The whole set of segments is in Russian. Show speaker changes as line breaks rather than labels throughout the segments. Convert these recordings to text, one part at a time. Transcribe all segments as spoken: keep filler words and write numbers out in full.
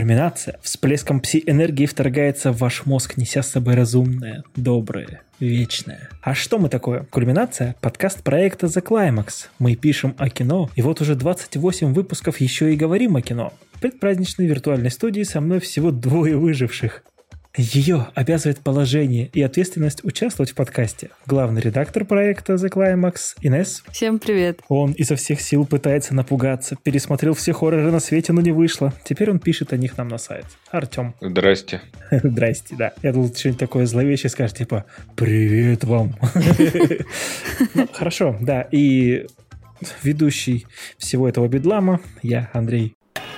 Кульминация. Всплеском пси-энергии вторгается в ваш мозг, неся с собой разумное, доброе, вечное. А что мы такое? Кульминация – подкаст проекта The Climax. Мы пишем о кино, и вот уже двадцать восемь выпусков еще и говорим о кино. В предпраздничной виртуальной студии со мной всего двое выживших. Ее обязывает положение и ответственность участвовать в подкасте. Главный редактор проекта The Climax Инесс.
Всем привет.
Он изо всех сил пытается напугаться. Пересмотрел все хорроры на свете, но не вышло. Теперь он пишет о них нам на сайт. Артем.
Здрасте.
Здрасте, да. Я думал, что-нибудь такое зловещее скажешь, типа «Привет вам». Хорошо, да. И ведущий всего этого бедлама я, Андрей.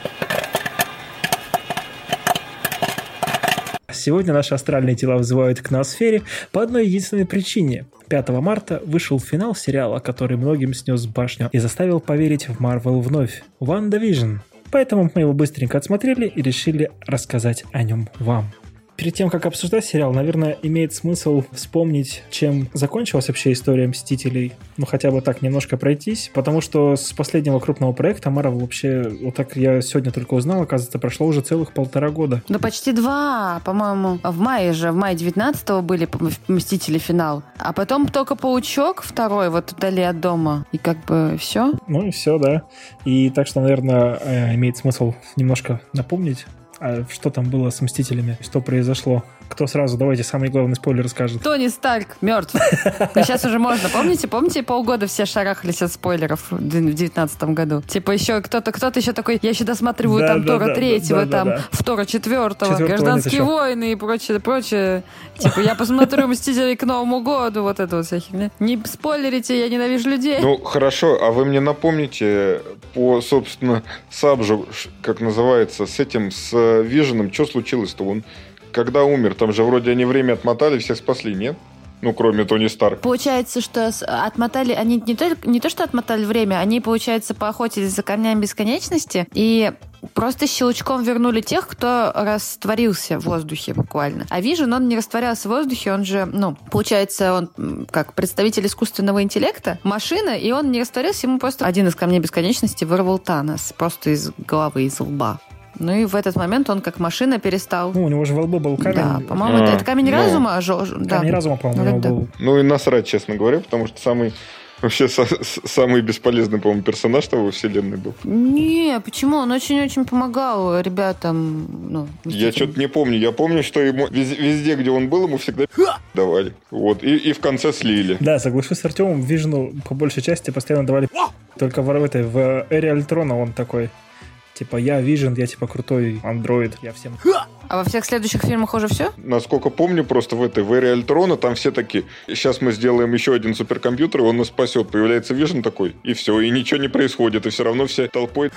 Сегодня наши астральные тела вызывают к ноосфере по одной единственной причине. пятого марта вышел финал сериала, который многим снес башню и заставил поверить в Marvel вновь. WandaVision. Поэтому мы его быстренько отсмотрели и решили рассказать о нем вам. Перед тем, как обсуждать сериал, наверное, имеет смысл вспомнить, чем закончилась вообще история Мстителей. Ну, хотя бы так немножко пройтись. Потому что с последнего крупного проекта Marvel вообще, вот так я сегодня только узнал, оказывается, прошло уже целых полтора года.
Да почти два, по-моему. В мае же, в мае девятнадцатого были Мстители финал. А потом только Паучок второй, вот вдали от дома. И как бы все.
Ну и все, да. И так что, наверное, имеет смысл немножко напомнить, а что там было с Мстителями, что произошло. Кто сразу? Давайте самый главный спойлер скажет.
Тони Старк мертв. Но сейчас уже можно. Помните, помните, полгода все шарахались от спойлеров в девятнадцатом году. Типа еще кто-то, кто-то еще такой, я еще досматриваю да, там да, Тора да, третьего, да, там да, да. Тора четвертого, Четвертого Гражданские войны и прочее, прочее. Типа я посмотрю Мстителей к Новому году, вот это вот вся херня. Не спойлерите, я ненавижу людей.
Ну, хорошо, а вы мне напомните по, собственно, Сабжу, как называется, с этим, с Виженом, что случилось-то? Он когда умер, там же вроде они время отмотали, всех спасли, нет? Ну, кроме Тони Старка.
Получается, что отмотали, они не то, не то, что отмотали время, они, получается, поохотились за камнями бесконечности и просто щелчком вернули тех, кто растворился в воздухе буквально. А Вижен, он не растворялся в воздухе, он же, ну, получается, он как представитель искусственного интеллекта, машина, и он не растворился, ему просто один из камней бесконечности вырвал Танос просто из головы, из лба. Ну и в этот момент он как машина перестал.
Ну, у него же во лбу был камень.
Да, по-моему, а, это, это камень ну, разума. Жо,
камень
да.
разума, по-моему,
да.
был.
Ну и насрать, честно говоря, потому что самый вообще со- самый бесполезный, по-моему, персонаж того во вселенной был.
Не, почему? Он очень-очень помогал ребятам. Ну,
я что-то не помню. Я помню, что ему везде, везде где он был, ему всегда давали. Вот. И, и в конце слили.
Да, соглашусь с Артемом, Вижену по большей части постоянно давали. Только в, этой, в Эре Альтрона он такой... Типа, я Вижен, я типа крутой андроид, я всем...
А во всех следующих фильмах уже все?
Насколько помню, просто в этой в Эре Альтрона там все такие, сейчас мы сделаем еще один суперкомпьютер, и он нас спасет. Появляется Вижен такой, и все, и ничего не происходит. И все равно все толпой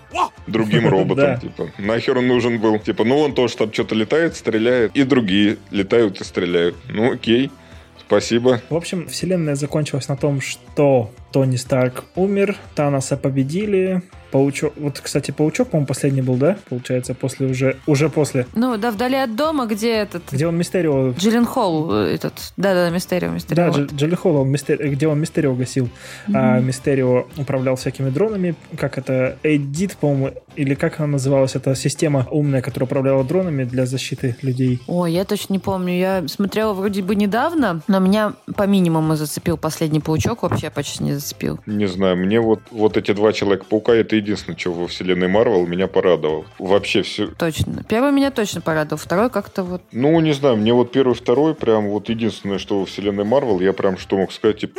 другим роботом. Типа, нахер он нужен был? Типа, ну он тоже там что-то летает, стреляет, и другие летают и стреляют. Ну окей, спасибо.
В общем, вселенная закончилась на том, что Тони Старк умер, Таноса победили... Паучок. Вот, кстати, Паучок, по-моему, последний был, да? Получается, после уже... Уже после.
Ну, да, вдали от дома, где этот...
Где он Мистерио...
Джилленхол этот... Да-да, Мистерио, Мистерио.
Да, вот. Джилленхол, он Мистер... где он Мистерио гасил. Mm-hmm. А Мистерио управлял всякими дронами. Как это? Эдит, по-моему, или как она называлась? Это система умная, которая управляла дронами для защиты людей.
Ой, я точно не помню. Я смотрела вроде бы недавно, но меня по минимуму зацепил последний Паучок. Вообще почти не зацепил.
Не знаю, мне вот, вот эти два Человека-паука, это единственное, что во вселенной Марвел меня порадовал. Вообще все...
Точно. Первый меня точно порадовал, второй как-то вот...
Ну, не знаю, мне вот первый, второй прям вот единственное, что во вселенной Марвел, я прям что мог сказать, типа...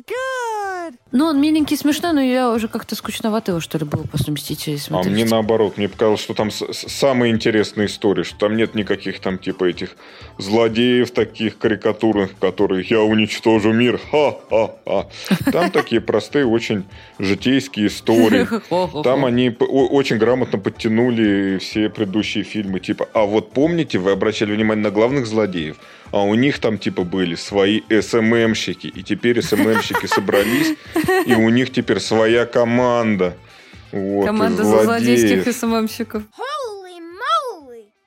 Ну, он миленький, смешной, но я уже как-то скучновато его, что ли, было после Мстителей смотреть.
А мне наоборот, мне показалось, что там самая интересная история, что там нет никаких там типа этих злодеев таких карикатурных, которые «я уничтожу мир, ха-ха-ха». Там такие простые, очень житейские истории. Там они очень грамотно подтянули все предыдущие фильмы. Типа, а вот помните, вы обращали внимание на главных злодеев? А у них там типа были свои эс эм эм-щики. И теперь эс эм эм-щики собрались, и у них теперь своя команда. Вот,
команда злодейских эс эм эм-щиков.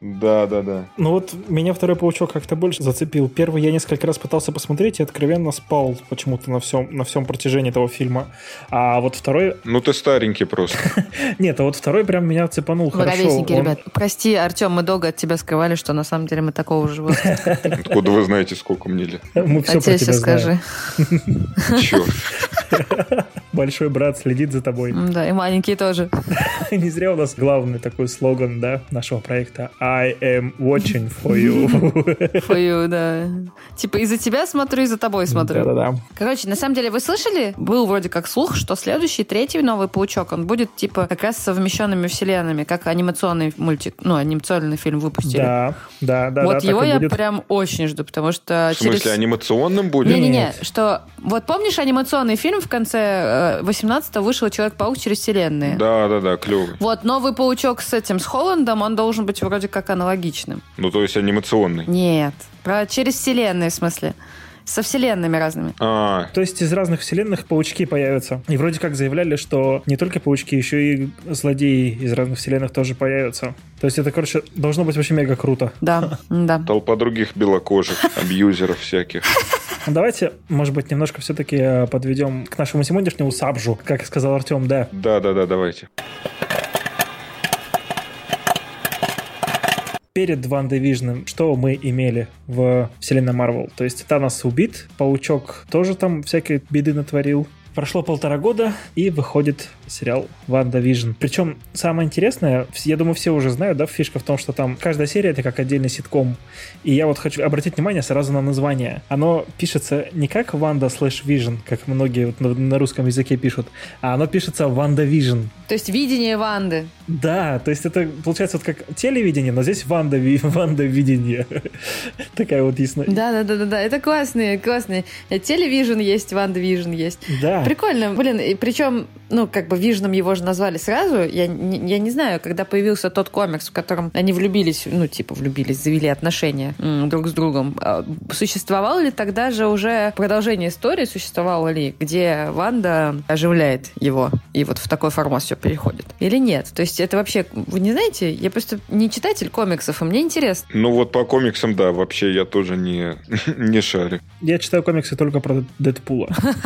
Да, да, да.
Ну вот меня второй паучок как-то больше зацепил. Первый я несколько раз пытался посмотреть и откровенно спал почему-то на всем, на всем протяжении этого фильма. А вот второй...
Ну ты старенький просто.
Нет, а вот второй прям меня цепанул хорошо.
Ровесники, ребят. Прости, Артем, мы долго от тебя скрывали, что на самом деле мы такого же возраста.
Откуда вы знаете, сколько мне лет?
Мы все про тебя знаем.
Черт.
Большой брат следит за тобой.
Да, и маленький тоже.
Не зря у нас главный такой слоган, да, нашего проекта. I am watching for you.
For you, да. Типа из-за тебя смотрю, и за тобой смотрю.
Да-да-да.
Короче, на самом деле, вы слышали? Был вроде как слух, что следующий, третий новый паучок, он будет типа как раз с совмещенными вселенными, как анимационный мультик, ну, анимационный фильм выпустили.
Да, да, да.
Вот
да,
его я
будет.
Прям очень жду, потому что...
В смысле,
через...
анимационным будет?
Не-не-не, что... Вот помнишь анимационный фильм в конце восемнадцатого вышел «Человек-паук через вселенные»?
Да-да-да, клевый.
Вот новый паучок с этим, с Холландом, он должен быть вроде как аналогичным.
Ну, то есть анимационный?
Нет, про через вселенные, в смысле. Со вселенными разными.
А.
То есть из разных вселенных паучки появятся. И вроде как заявляли, что не только паучки, еще и злодеи из разных вселенных тоже появятся. То есть это, короче, должно быть вообще мега круто.
Да, да.
Толпа других белокожих, абьюзеров всяких.
Давайте, может быть, немножко все-таки подведем к нашему сегодняшнему сабжу, как сказал Артем, да.
Да-да-да, давайте.
Перед Ван Дивижном что мы имели в вселенной Марвел? То есть Танос убит, Паучок тоже там всякие беды натворил. Прошло полтора года, и выходит сериал «Ванда Вижн». Причем самое интересное, я думаю, все уже знают, да, фишка в том, что там каждая серия — это как отдельный ситком. И я вот хочу обратить внимание сразу на название. Оно пишется не как «Ванда слэш Вижн», как многие вот на, на русском языке пишут, а оно пишется «Ванда Вижн».
То есть видение Ванды.
Да, то есть это получается вот как телевидение, но здесь Ванда, Ванда видение. Такая вот ясная.
Да-да-да, это классные, классные. Телевижн есть, Ванда Вижн есть.
Да.
Прикольно, блин, и причем, ну, как бы Вижном его же назвали сразу. Я не, я не знаю, когда появился тот комикс, в котором они влюбились, ну, типа влюбились, завели отношения м, друг с другом. Существовало ли тогда же уже продолжение истории, существовало ли, где Ванда оживляет его, и вот в такой формат все переходит? Или нет? То есть это вообще, вы не знаете? Я просто не читатель комиксов, и мне интересно.
Ну вот по комиксам, да, вообще я тоже не, не шарю.
Я читаю комиксы только про Дэдпула.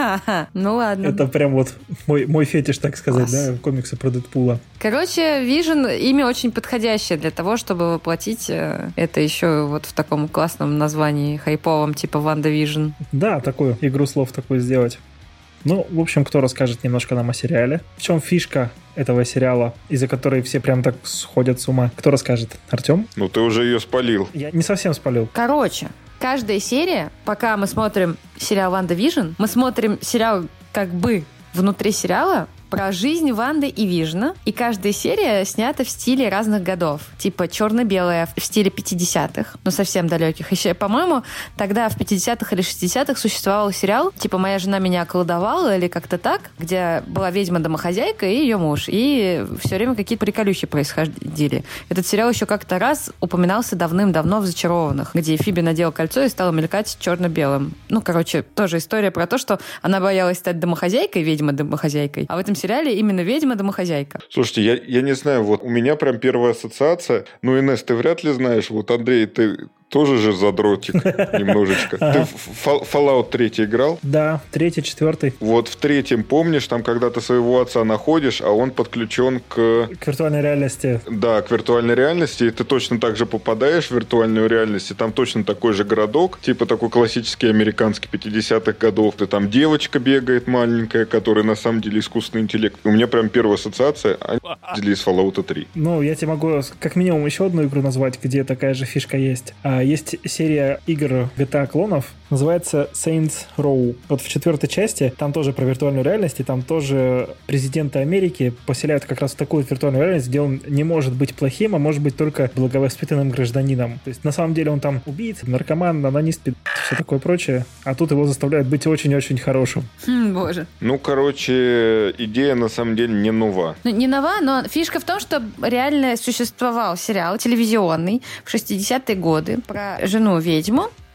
Ну ладно.
Это прям вот мой, мой фетиш, так сказать, да, комиксы про Дэдпула.
Короче, Вижн имя очень подходящее для того, чтобы воплотить это еще вот в таком классном названии хайповом, типа Ванда Вижн.
Да, такую игру слов такую сделать. Ну, в общем, кто расскажет немножко нам о сериале? В чем фишка этого сериала, из-за которой все прям так сходят с ума? Кто расскажет? Артем?
Ну, ты уже ее спалил.
Я не совсем спалил.
Короче, каждая серия, пока мы смотрим сериал «Ванда Вижн», мы смотрим сериал как бы внутри сериала про жизнь Ванды и Вижна. И каждая серия снята в стиле разных годов. Типа черно-белая в стиле пятидесятых, но совсем далеких. Еще, по-моему, тогда в пятидесятых или шестидесятых существовал сериал типа «Моя жена меня околдовала» или как-то так, где была ведьма-домохозяйка и ее муж. И все время какие-то приколюхи происходили. Этот сериал еще как-то раз упоминался давным-давно в «Зачарованных», где Фиби надела кольцо и стала мелькать черно-белым. Ну, короче, тоже история про то, что она боялась стать домохозяйкой, ведьма-домохозяйкой, а в этом сериале именно ведьма-домохозяйка.
Слушайте, я, я не знаю, вот у меня прям первая ассоциация, ну, Инесс, ты вряд ли знаешь, вот, Андрей, ты тоже же задротик немножечко. Ты в Fallout три играл?
Да, третий, четвертый.
Вот в третьем, помнишь, там когда ты своего отца находишь, а он подключен к...
К виртуальной реальности.
Да, к виртуальной реальности, и ты точно так же попадаешь в виртуальную реальность, и там точно такой же городок, типа такой классический американский пятидесятых годов. Ты там девочка бегает маленькая, которая на самом деле искусственный интеллект. У меня прям первая ассоциация, они из Fallout три.
Ну, я тебе могу как минимум еще одну игру назвать, где такая же фишка есть. Есть серия игр джи ти эй-клонов, называется Saints Row. Вот в четвертой части, там тоже про виртуальную реальность, и там тоже президента Америки поселяют как раз в такую виртуальную реальность, где он не может быть плохим, а может быть только благовоспитанным гражданином. То есть на самом деле он там убийца, наркоман, анонист, все такое прочее, а тут его заставляют быть очень-очень хорошим.
Хм, боже.
Ну, короче, идея на самом деле не нова.
Ну, не нова, но фишка в том, что реально существовал сериал телевизионный в шестидесятые годы про жену-ведьму,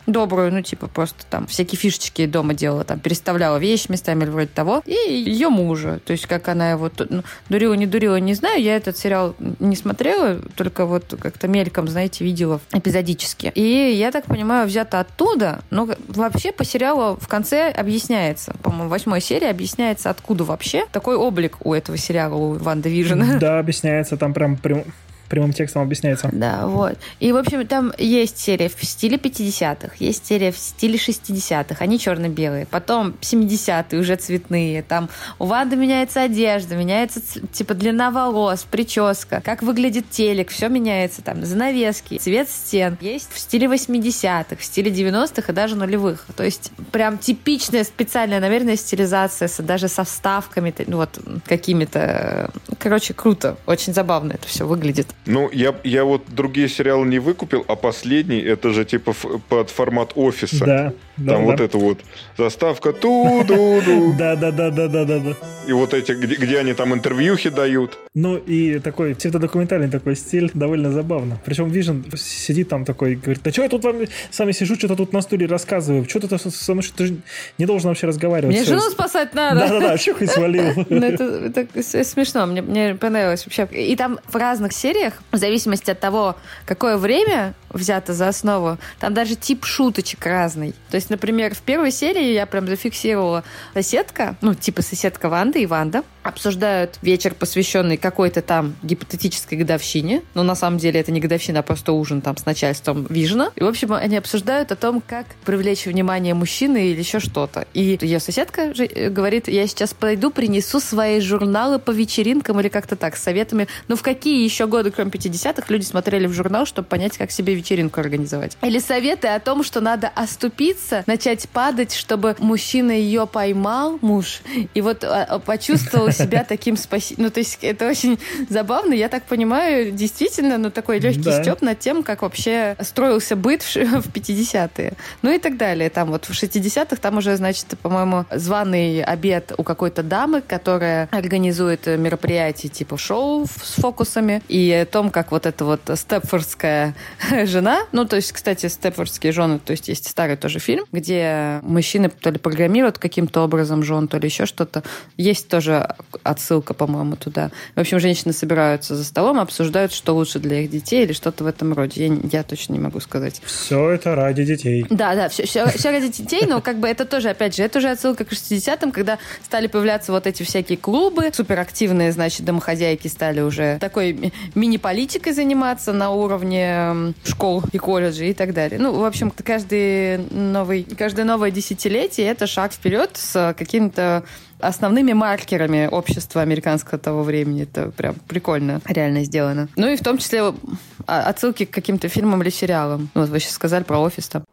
добрую, ну, типа, просто там всякие фишечки дома делала, там, переставляла вещи местами или вроде того, и ее мужа. То есть, как она его ну, дурила, не дурила, не знаю. Я этот сериал не смотрела, только вот как-то мельком, знаете, видела эпизодически. И, я так понимаю, взято оттуда, но вообще по сериалу в конце объясняется, по-моему, в восьмой серии объясняется, откуда вообще такой облик у этого сериала, у Ванда Вижена.
Да, объясняется, там прям... прям... прямым текстом объясняется.
Да, вот. И, в общем, там есть серия в стиле пятидесятых, есть серия в стиле шестидесятых, они черно-белые. Потом семидесятые уже цветные. Там у Ванды меняется одежда, меняется, типа, длина волос, прическа, как выглядит телек, все меняется. Там занавески, цвет стен. Есть в стиле восьмидесятых, в стиле девяностых и даже нулевых. То есть прям типичная специальная, наверное, стилизация, даже со вставками, ну, вот, какими-то... Короче, круто. Очень забавно это все выглядит.
Ну, я, я вот другие сериалы не выкупил, а последний, это же типа ф- под формат офиса.
Да. Да,
Там
да.
вот это вот заставка ту-ду-ду.
Да-да-да-да-да-да.
И вот эти, где, где они там интервьюхи дают.
Ну, и такой псевдодокументальный такой стиль, довольно забавно. Причем Вижн сидит там такой, говорит, да что я тут вам с вами сижу, что-то тут на стуле рассказываю, что ты со мной, ты же не должен вообще разговаривать.
Мне жену спасать надо.
Да-да-да, чух и свалил.
Ну, это смешно, мне понравилось вообще. И там в разных сериях, в зависимости от того, какое время взято за основу, там даже тип шуточек разный. То есть, например, в первой серии я прям зафиксировала соседка, ну, типа соседка Ванды и Ванда, обсуждают вечер, посвященный какой-то там гипотетической годовщине. Но на самом деле это не годовщина, а просто ужин там с начальством Вижна. И, в общем, они обсуждают о том, как привлечь внимание мужчины или еще что-то. И ее соседка же говорит, я сейчас пойду, принесу свои журналы по вечеринкам или как-то так, с советами. Ну, в какие еще годы, кроме пятидесятых, люди смотрели в журнал, чтобы понять, как себе вечеринку организовать. Или советы о том, что надо оступиться, начать падать, чтобы мужчина ее поймал, муж, и вот почувствовал себя таким спасителем. Ну, то есть это очень забавно. Я так понимаю, действительно, ну, такой легкий да. стёб над тем, как вообще строился быт в пятидесятые. Ну и так далее. Там вот в шестидесятых там уже, значит, по-моему, званый обед у какой-то дамы, которая организует мероприятие типа шоу с фокусами, и о том, как вот эта вот степфордская жена, ну, то есть, кстати, степфордские жены, то есть есть старый тоже фильм, где мужчины то ли программируют каким-то образом жен, то ли еще что-то. Есть тоже отсылка, по-моему, туда. В общем, женщины собираются за столом, обсуждают, что лучше для их детей или что-то в этом роде. Я, я точно не могу сказать.
Все это ради детей.
Да, да, все, все, все ради детей, но как бы это тоже, опять же, это уже отсылка к шестидесятым, когда стали появляться вот эти всякие клубы, суперактивные, значит, домохозяйки стали уже такой мини-политикой заниматься на уровне школ и колледжей и так далее. Ну, в общем, каждый новый, каждое новое десятилетие это шаг вперед с какими-то основными маркерами общества американского того времени. Это прям прикольно реально сделано. Ну и в том числе отсылки к каким-то фильмам или сериалам. Вот вы сейчас сказали про «Офис» там.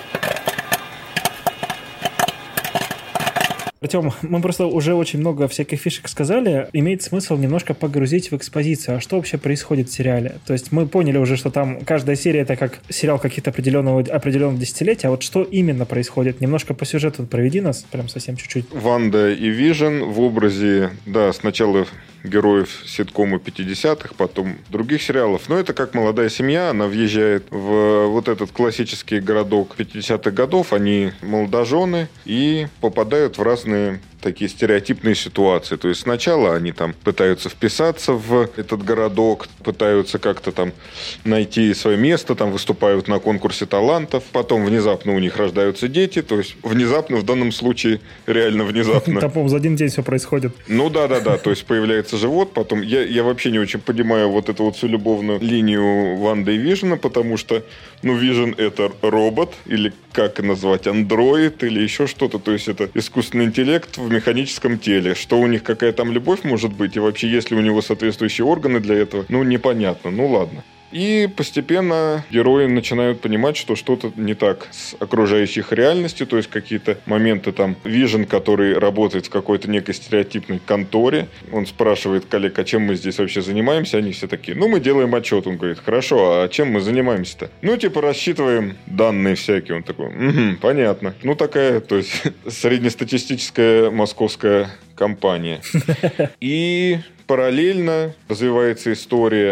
Артем, мы просто уже очень много всяких фишек сказали. Имеет смысл немножко погрузить в экспозицию. А что вообще происходит в сериале? То есть мы поняли уже, что там каждая серия это как сериал каких-то определенного, определенного десятилетия. А вот что именно происходит? Немножко по сюжету проведи нас, прям совсем чуть-чуть.
Ванда и Вижн в образе, да, сначала героев ситкома пятидесятых, потом других сериалов. Но это как молодая семья, она въезжает в вот этот классический городок пятидесятых годов, они молодожены и попадают в разные такие стереотипные ситуации. То есть сначала они там пытаются вписаться в этот городок, пытаются как-то там найти свое место, там выступают на конкурсе талантов, потом внезапно у них рождаются дети, то есть внезапно, в данном случае реально внезапно.
Там, по-моему, за один день все происходит.
Ну да-да-да, то есть появляется живот, потом я, я вообще не очень понимаю вот эту вот всю любовную линию Ванды и Вижна, потому что, ну, Вижн это робот, или как назвать, андроид, или еще что-то, то есть это искусственный интеллект в механическом теле. Что у них, какая там любовь может быть, и вообще есть ли у него соответствующие органы для этого, ну, непонятно, ну ладно. И постепенно герои начинают понимать, что что-то не так с окружающей их реальностью, то есть какие-то моменты там. Вижн, который работает в какой-то некой стереотипной конторе, он спрашивает коллег, а чем мы здесь вообще занимаемся? Они все такие, ну, мы делаем отчет. Он говорит, хорошо, а чем мы занимаемся-то? Ну, типа, рассчитываем данные всякие. Он такой, угу, понятно. Ну, такая, то есть, среднестатистическая московская компания. И параллельно развивается история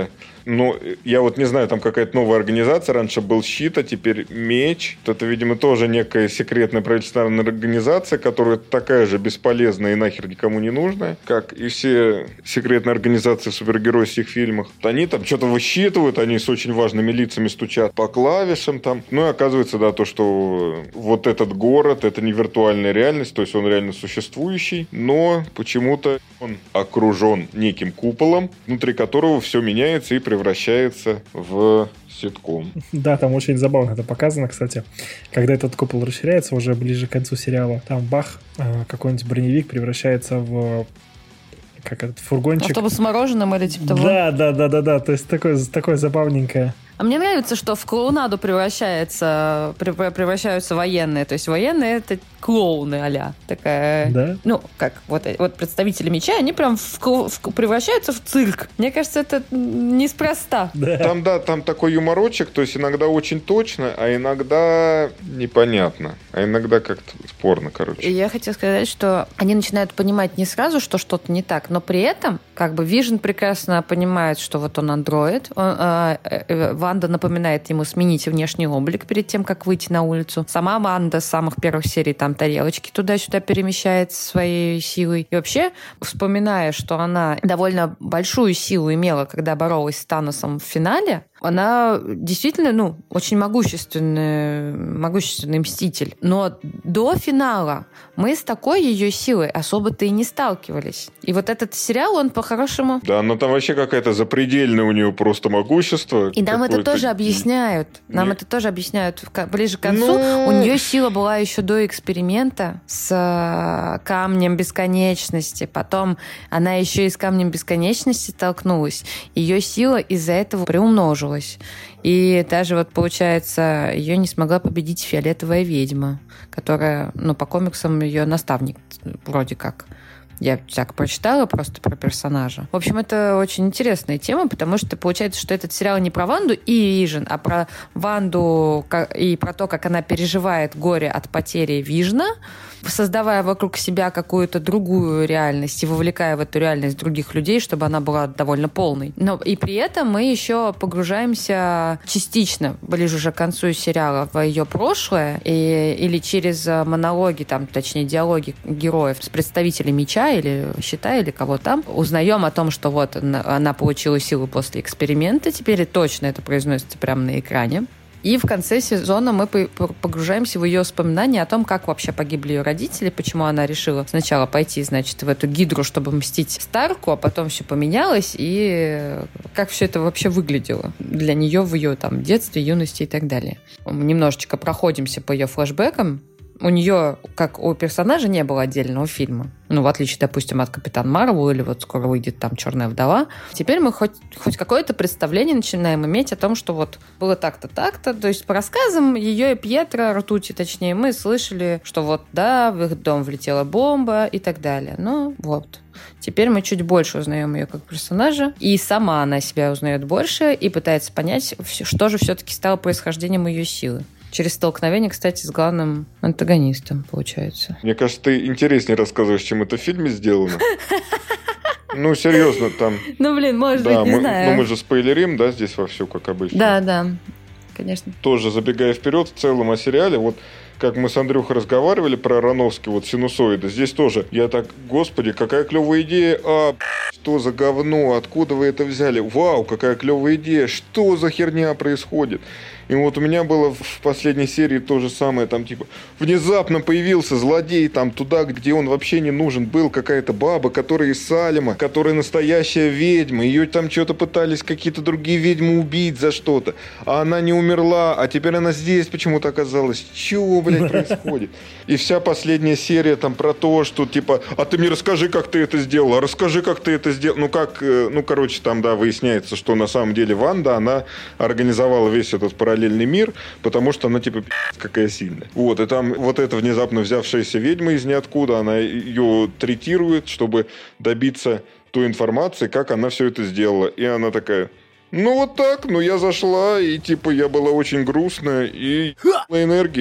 Ну, я вот не знаю, там какая-то новая организация. Раньше был щит, а теперь меч. Это, видимо, тоже некая секретная правительственная организация, которая такая же бесполезная и нахер никому не нужная, как и все секретные организации в супергеройских фильмах. Они там что-то высчитывают, они с очень важными лицами стучат по клавишам там. Ну и оказывается, да, то, что вот этот город, это не виртуальная реальность, то есть он реально существующий, но почему-то он окружен неким куполом, внутри которого все меняется и превращается в ситком.
Да, там очень забавно это показано, кстати. Когда этот купол расширяется уже ближе к концу сериала, там бах, какой-нибудь броневик превращается в как этот фургончик.
Автобус с мороженым или типа того.
Да, да, да, да, да. То есть такое, такое забавненькое.
А мне нравится, что в клоунаду превращается, превращаются военные. То есть военные — это клоуны а-ля. Такая,
да?
Ну, как вот, вот представители меча, они прям в, в, превращаются в цирк. Мне кажется, это неспроста.
Да. Там, да, там такой юморочек, то есть иногда очень точно, а иногда непонятно. А иногда как-то спорно, короче.
И я хотела сказать, что они начинают понимать не сразу, что что-то не так, но при этом как бы Вижн прекрасно понимает, что вот он андроид, он, э, э, Ванда напоминает ему сменить внешний облик перед тем, как выйти на улицу. Сама Ванда с самых первых серий там тарелочки туда-сюда перемещает своей силой. И вообще, вспоминая, что она довольно большую силу имела, когда боролась с Таносом в финале, она действительно, ну, очень могущественный, могущественный мститель. Но до финала мы с такой ее силой особо-то и не сталкивались. И вот этот сериал, он по-хорошему...
Да, но там вообще какая-то запредельная у нее просто могущество.
И нам это тоже объясняют. Нам Нет. это тоже объясняют ближе к концу. Но... У нее сила была еще до эксперимента с камнем бесконечности. Потом она еще и с камнем бесконечности столкнулась. Ее сила из-за этого приумножилась. И даже вот, получается, ее не смогла победить фиолетовая ведьма, которая, ну, по комиксам ее наставник вроде как. Я так прочитала просто про персонажа. В общем, это очень интересная тема, потому что получается, что этот сериал не про Ванду и Вижн, а про Ванду и про то, как она переживает горе от потери Вижна, создавая вокруг себя какую-то другую реальность и вовлекая в эту реальность других людей, чтобы она была довольно полной. Но и при этом мы еще погружаемся частично, ближе уже к концу сериала, в ее прошлое, и, или через монологи, там, точнее, диалоги героев с представителями меча или щита, или кого там, узнаем о том, что вот она получила силу после эксперимента, теперь точно это произносится прямо на экране. И в конце сезона мы погружаемся в ее воспоминания о том, как вообще погибли ее родители, почему она решила сначала пойти, значит, в эту гидру, чтобы мстить Старку, а потом все поменялось, и как все это вообще выглядело для нее в ее там детстве, юности и так далее. Мы немножечко проходимся по ее флешбекам. У нее, как у персонажа, не было отдельного фильма. Ну, в отличие, допустим, от Капитан Марвел или вот скоро выйдет там Черная вдова. Теперь мы хоть, хоть какое-то представление начинаем иметь о том, что вот было так-то, так-то. То есть по рассказам ее и Пьетро, Ртути, точнее, мы слышали, что вот, да, в их дом влетела бомба и так далее. Ну, вот. Теперь мы чуть больше узнаем ее как персонажа. И сама она себя узнает больше и пытается понять, что же все-таки стало происхождением ее силы. Через столкновение, кстати, с главным антагонистом, получается.
Мне кажется, ты интереснее рассказываешь, чем это в фильме сделано. Ну, серьезно, там...
Ну, блин, может быть, не знаю.
Ну, мы же спойлерим, да, здесь вовсю, как обычно.
Да, да, конечно.
Тоже забегая вперед, в целом о сериале, вот как мы с Андрюхой разговаривали про Аронофски, вот синусоиды, здесь тоже, я так, господи, какая клевая идея, а, что за говно, откуда вы это взяли, вау, какая клевая идея, что за херня происходит. И вот у меня было в последней серии то же самое, там типа внезапно появился злодей там туда, где он вообще не нужен был, какая-то баба, которая из Салема, которая настоящая ведьма, ее там что-то пытались какие-то другие ведьмы убить за что-то, а она не умерла, а теперь она здесь почему-то оказалась. Чего, блядь, происходит? И вся последняя серия там про то, что типа, а ты мне расскажи, как ты это сделал, а расскажи, как ты это сделал. Ну как, ну короче, там, да, выясняется, что на самом деле Ванда, она организовала весь этот параллельный мир, потому что она типа пи***ц какая сильная. Вот, и там вот эта внезапно взявшаяся ведьма из ниоткуда, она ее третирует, чтобы добиться той информации, как она все это сделала. И она такая, ну вот так, ну я зашла, и типа я была очень грустная и энергией.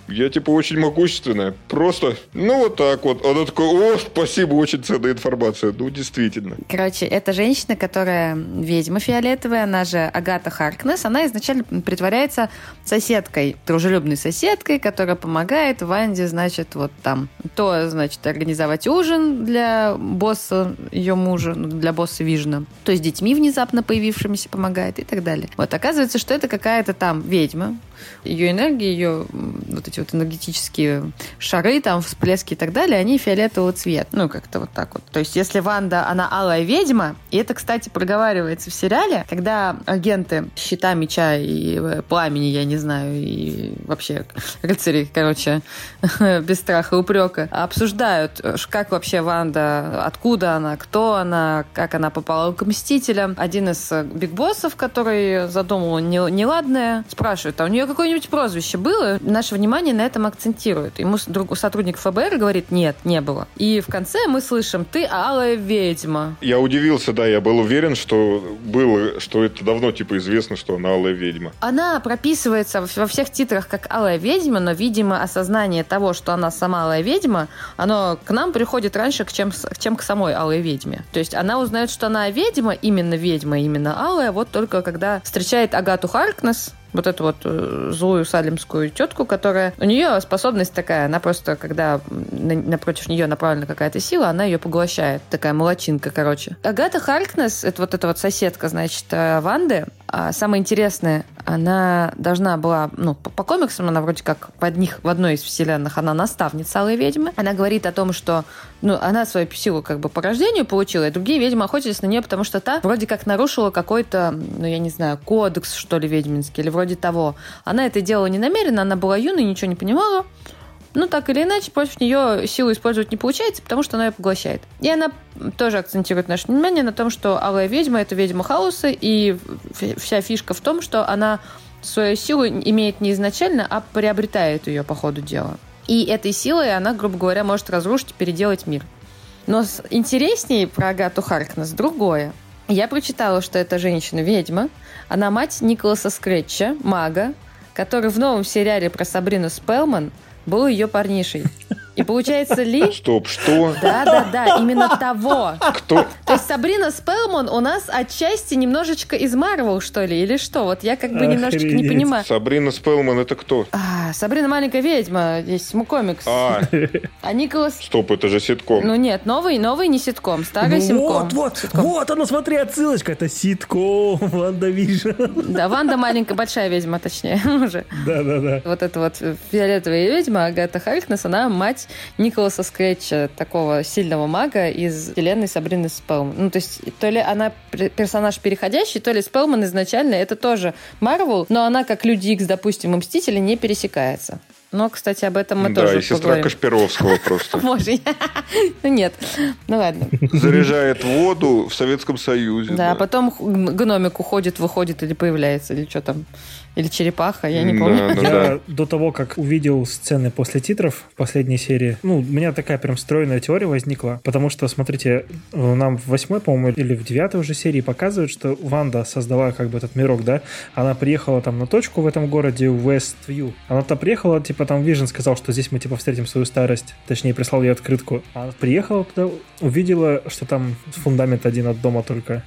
Я, типа, очень могущественная. Просто, ну, вот так вот. Она такая, о, спасибо, очень ценная информация. Ну, действительно.
Короче, это женщина, которая ведьма фиолетовая, она же Агата Харкнесс. Она изначально притворяется соседкой, дружелюбной соседкой, которая помогает Ванде, значит, вот там, то, значит, организовать ужин для босса ее мужа, ну, для босса Вижена, то есть детьми внезапно появившимися помогает и так далее. Вот, оказывается, что это какая-то там ведьма. Ее энергия, ее вот эти вот энергетические шары, там, всплески и так далее, они фиолетового цвета. Ну, как-то вот так вот. То есть, если Ванда, она алая ведьма, и это, кстати, проговаривается в сериале, когда агенты Щита, Меча и Пламени, я не знаю, и вообще рыцари, короче, без страха и упрека, обсуждают, как вообще Ванда, откуда она, кто она, как она попала к Мстителям. Один из бигбоссов, который задумал неладное, спрашивает, а у нее какое-нибудь прозвище было? Наше внимание на этом акцентирует. Ему сотрудник ФБР говорит, нет, не было. И в конце мы слышим, ты алая ведьма.
Я удивился, да, я был уверен, что было, что это давно, типа, известно, что она алая ведьма.
Она прописывается во всех титрах как алая ведьма, но, видимо, осознание того, что она сама алая ведьма, оно к нам приходит раньше, чем, чем к самой алой ведьме. То есть она узнает, что она ведьма, именно ведьма, именно алая, вот только когда встречает Агату Харкнесс, вот эту вот злую салемскую тетку, которая... У нее способность такая, она просто, когда напротив нее направлена какая-то сила, она ее поглощает. Такая молодчинка, короче. Агата Харкнесс, это вот эта вот соседка, значит, Ванды, а самое интересное, она должна была, ну, по, по комиксам, она вроде как в, одних, в одной из вселенных, она наставница алой ведьмы. Она говорит о том, что, ну, она свою силу как бы по рождению получила, и другие ведьмы охотились на нее, потому что та вроде как нарушила какой-то, ну, я не знаю, кодекс, что ли, ведьминский, или вроде того. Она это делала не намеренно, она была юной, ничего не понимала. Ну, так или иначе, против нее силу использовать не получается, потому что она ее поглощает. И она тоже акцентирует наше внимание на том, что алая ведьма – это ведьма хаоса, и вся фишка в том, что она свою силу имеет не изначально, а приобретает ее по ходу дела. И этой силой она, грубо говоря, может разрушить и переделать мир. Но интереснее про Агату Харкнесс другое. Я прочитала, что эта женщина-ведьма, она мать Николаса Скретча, мага, который в новом сериале про Сабрину Спелман был ее парнишей. И получается ли...
Стоп, что?
Да-да-да, именно того.
Кто?
То есть Сабрина Спелман у нас отчасти немножечко из Марвел, что ли, или что? Вот я как бы немножечко не понимаю.
Сабрина Спелман это кто?
А, Сабрина маленькая ведьма, есть комикс.
А,
а Николас...
Стоп, это же ситком.
Ну нет, новый, новый не ситком, старый
ну
ситком.
Вот, вот,
ситком.
вот, оно, смотри, отсылочка, это ситком, Ванда Вижн.
Да, Ванда маленькая, большая ведьма, точнее, уже.
Да-да-да.
Вот эта вот фиолетовая ведьма, Агата Харкнесс, она мать Николаса Скретча, такого сильного мага из вселенной Сабрины Спелман. Ну, то есть, то ли она персонаж переходящий, то ли Спелман изначально это тоже Марвел, но она, как Люди Икс, допустим, и Мстители, не пересекается. Но, кстати, об этом мы
да,
тоже
и сестра
поговорим.
Кашпировского просто.
Может. Ну, нет. Ну, ладно.
Заряжает воду в Советском Союзе.
Да, а потом гномик уходит, выходит или появляется, или что там. Или черепаха, я не помню.
Да, да,
я
да.
до того, как увидел сцены после титров в последней серии, ну, у меня такая прям стройная теория возникла, потому что, смотрите, нам в восьмой, по-моему, или в девятой уже серии показывают, что Ванда создала как бы этот мирок, да, она приехала там на точку в этом городе Вествью, она там приехала, типа там Вижн сказал, что здесь мы типа встретим свою старость, точнее прислал ей открытку, она приехала туда, увидела, что там фундамент один от дома только,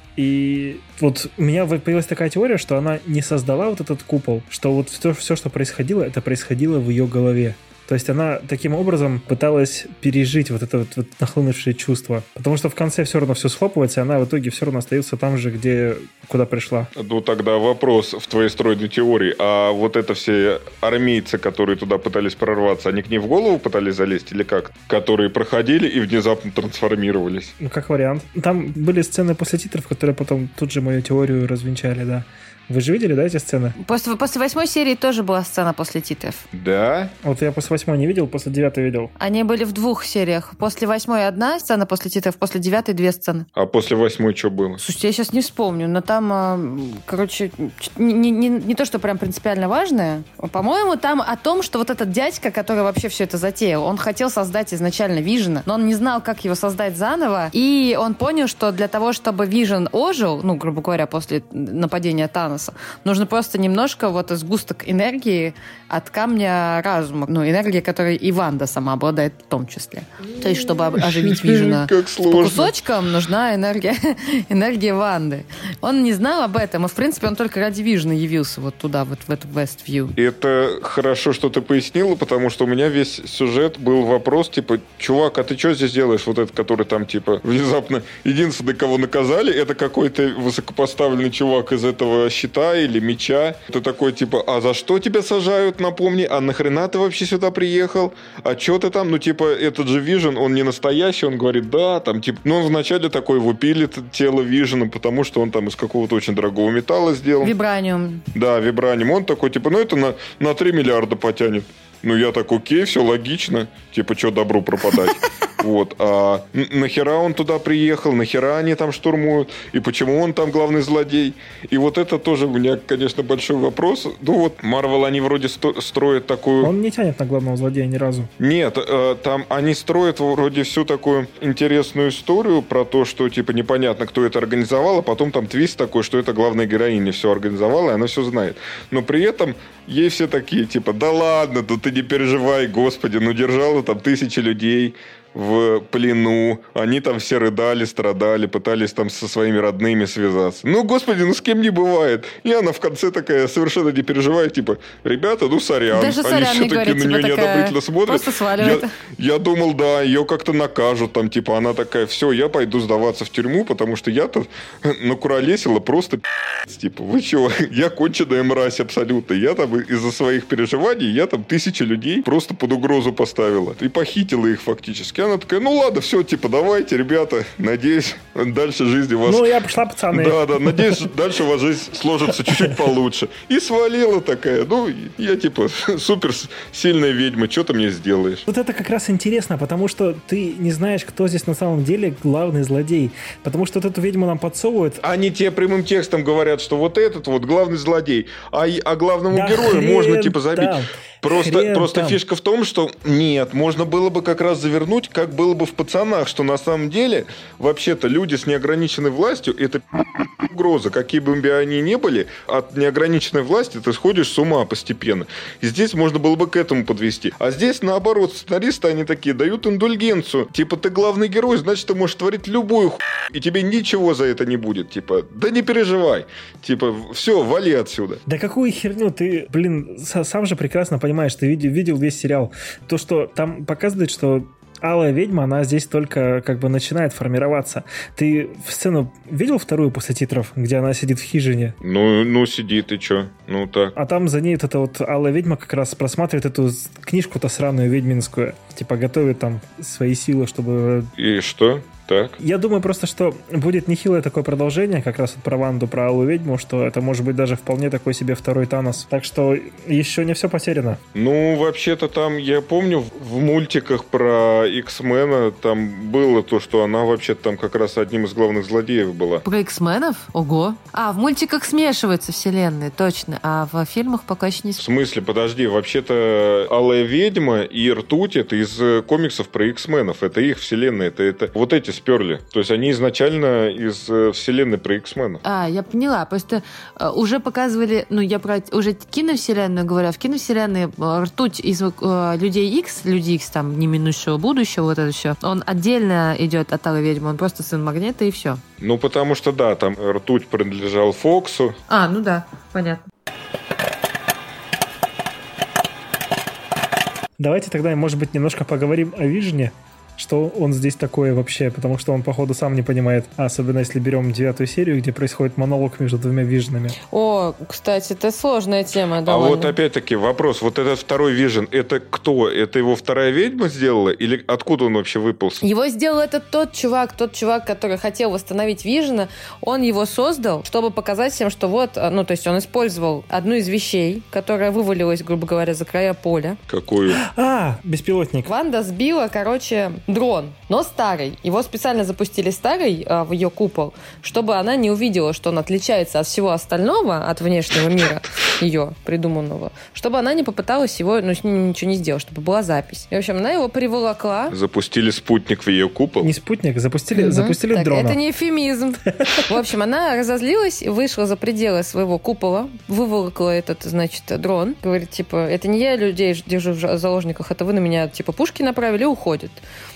и вот у меня появилась такая теория, что она не создала вот этот купол, что вот все, все, что происходило, это происходило в ее голове. То есть она таким образом пыталась пережить вот это вот, вот нахлынувшее чувство. Потому что в конце все равно все схлопывается, и она в итоге все равно остается там же, где, куда пришла.
Ну, тогда вопрос в твоей стройной теории. А вот это все армейцы, которые туда пытались прорваться, они к ней в голову пытались залезть или как? Которые проходили и внезапно трансформировались?
Ну, как вариант. Там были сцены после титров, которые потом тут же мою теорию развенчали, да. Вы же видели, да, эти сцены?
После, после восьмой серии тоже была сцена после титров.
Да?
Вот я после восьмой не видел, после девятой видел.
Они были в двух сериях. После восьмой одна сцена, после титров, после девятой две сцены.
А после восьмой что было?
Слушайте, я сейчас не вспомню, но там, короче, не, не, не, не то, что прям принципиально важное. По-моему, там о том, что вот этот дядька, который вообще все это затеял, он хотел создать изначально Вижена, но он не знал, как его создать заново, и он понял, что для того, чтобы Вижен ожил, ну, грубо говоря, после нападения Таноса, Таноса. Нужно просто немножко вот сгусток энергии от камня разума. Ну, энергия, которой и Ванда сама обладает в том числе. То есть, чтобы оживить Вижена по кусочкам, нужна энергия, энергия Ванды. Он не знал об этом, и, в принципе, он только ради Вижена явился вот туда, вот в эту Вествью.
Это хорошо, что ты пояснила, потому что у меня весь сюжет был вопрос, типа, чувак, а ты что здесь делаешь? Вот этот, который там, типа, внезапно единственный, кого наказали, это какой-то высокопоставленный чувак из этого щита или меча. Это такой, типа, а за что тебя сажают, напомни? А нахрена ты вообще сюда приехал? А что ты там? Ну, типа, этот же Вижен, он не настоящий, он говорит, да, там, типа, ну, он вначале такой его пилит, тело Вижена, потому что он там из какого-то очень дорогого металла сделан.
Вибраниум.
Да, вибраниум. Он такой, типа, ну, это на, на три миллиарда потянет. Ну, я так, окей, все логично. Типа, что добру пропадать? Вот. А нахера он туда приехал? Нахера они там штурмуют? И почему он там главный злодей? И вот это тоже у меня, конечно, большой вопрос. Ну, вот, Марвел, они вроде сто- строят такую...
Он не тянет на главного злодея ни разу.
Нет, э, там они строят вроде всю такую интересную историю про то, что, типа, непонятно, кто это организовал, а потом там твист такой, что это главная героиня все организовала, и она все знает. Но при этом ей все такие, типа, да ладно, да ты не переживай, господи, ну держала там тысячи людей в плену, они там все рыдали, страдали, пытались там со своими родными связаться. Ну, господи, ну с кем не бывает. И она в конце такая совершенно не переживает, типа, ребята, ну сорян.
Даже
они
сорян
все-таки
говорит,
на
типа,
нее
такая,
неодобрительно смотрят.
просто сваливает.
Я, я думал, да, ее как-то накажут, там, типа, она такая, все, я пойду сдаваться в тюрьму, потому что я-то накуролесила просто типа, вы чего, я конченая мразь абсолютно. Я там из-за своих переживаний, я там тысячи людей просто под угрозу поставила. И похитила их фактически. Она такая, ну ладно, все, типа, давайте, ребята, надеюсь, дальше жизнь у вас...
Ну, я пошла, пацаны.
Да, да, надеюсь, дальше у вас жизнь сложится чуть-чуть получше. И свалила такая, ну, я, типа, супер сильная ведьма, что ты мне сделаешь?
Вот это как раз интересно, потому что ты не знаешь, кто здесь на самом деле главный злодей. Потому что вот эту ведьму нам подсовывают.
Они тебе прямым текстом говорят, что вот этот вот главный злодей, а, а главному да герою можно, типа, забить... Там. Просто, просто фишка в том, что нет, можно было бы как раз завернуть, как было бы в «Пацанах», что на самом деле, вообще-то, люди с неограниченной властью – это угроза. Какие бы они ни были, от неограниченной власти ты сходишь с ума постепенно. И здесь можно было бы к этому подвести. А здесь, наоборот, сценаристы, они такие, дают индульгенцию. Типа, ты главный герой, значит, ты можешь творить любую хуйню, и тебе ничего за это не будет. Типа, да не переживай. Типа, все, вали отсюда.
Да какую херню? Ты, блин, сам же прекрасно понимаешь, ты видел, видел весь сериал. То, что там показывает, что Алая ведьма, она здесь только как бы начинает формироваться. Ты в сцену видел вторую после титров, где она сидит в хижине?
Ну, ну сидит, и чё? Ну, так.
А там за ней вот эта вот Алая ведьма как раз просматривает эту книжку-то сраную ведьминскую. Типа готовит там свои силы, чтобы...
И что? Так.
Я думаю просто, что будет нехилое такое продолжение, как раз вот про Ванду, про Алую ведьму, что это может быть даже вполне такой себе второй Танос. Так что еще не все потеряно.
Ну, вообще-то там, я помню, в мультиках про X-мена там было то, что она вообще-то там как раз одним из главных злодеев была.
Про X-менов? Ого. А, в мультиках смешиваются вселенные, точно. А в фильмах пока еще не...
В смысле? Подожди, вообще-то Алая ведьма и Ртуть — это из комиксов про X-менов. Это их вселенная. Это, это вот эти сперли. То есть они изначально из э, вселенной про X-мена.
А, я поняла. Просто э, уже показывали, ну, я про уже киновселенную говорю, а в киновселенной э, Ртуть из э, Людей Икс, Люди Икс, там, не минувшего будущего, вот это все, он отдельно идет от Алой ведьмы, он просто сын Магнета и все.
Ну, потому что, да, там Ртуть принадлежал Фоксу.
А, ну да, понятно.
Давайте тогда, может быть, немножко поговорим о Вижне. Что он здесь такое вообще, потому что он, походу, сам не понимает. Особенно, если берем девятую серию, где происходит монолог между двумя Вижнами.
О, кстати, это сложная тема.
Довольно. А вот опять-таки вопрос. Вот этот второй Вижн, это кто? Это его вторая ведьма сделала? Или откуда он вообще выполз?
Его сделал этот тот чувак, тот чувак, который хотел восстановить Вижна. Он его создал, чтобы показать всем, что вот, ну, то есть он использовал одну из вещей, которая вывалилась, грубо говоря, за края поля.
Какую?
А, беспилотник.
Ванда сбила, короче... дрон, но старый. Его специально запустили старый а, в ее купол, чтобы она не увидела, что он отличается от всего остального, от внешнего мира,
ее, придуманного, чтобы она не попыталась его, ну, с ним ничего не сделать, чтобы была запись. И, в общем, она его приволокла.
Запустили спутник в ее купол?
Не спутник, запустили,
Угу.
запустили
Так,
дрона.
это не эфемизм. В общем, она разозлилась, вышла за пределы своего купола, выволокла этот, значит, дрон. Говорит, типа, это не я людей держу в заложниках, это вы на меня, типа, пушки направили, и уходит.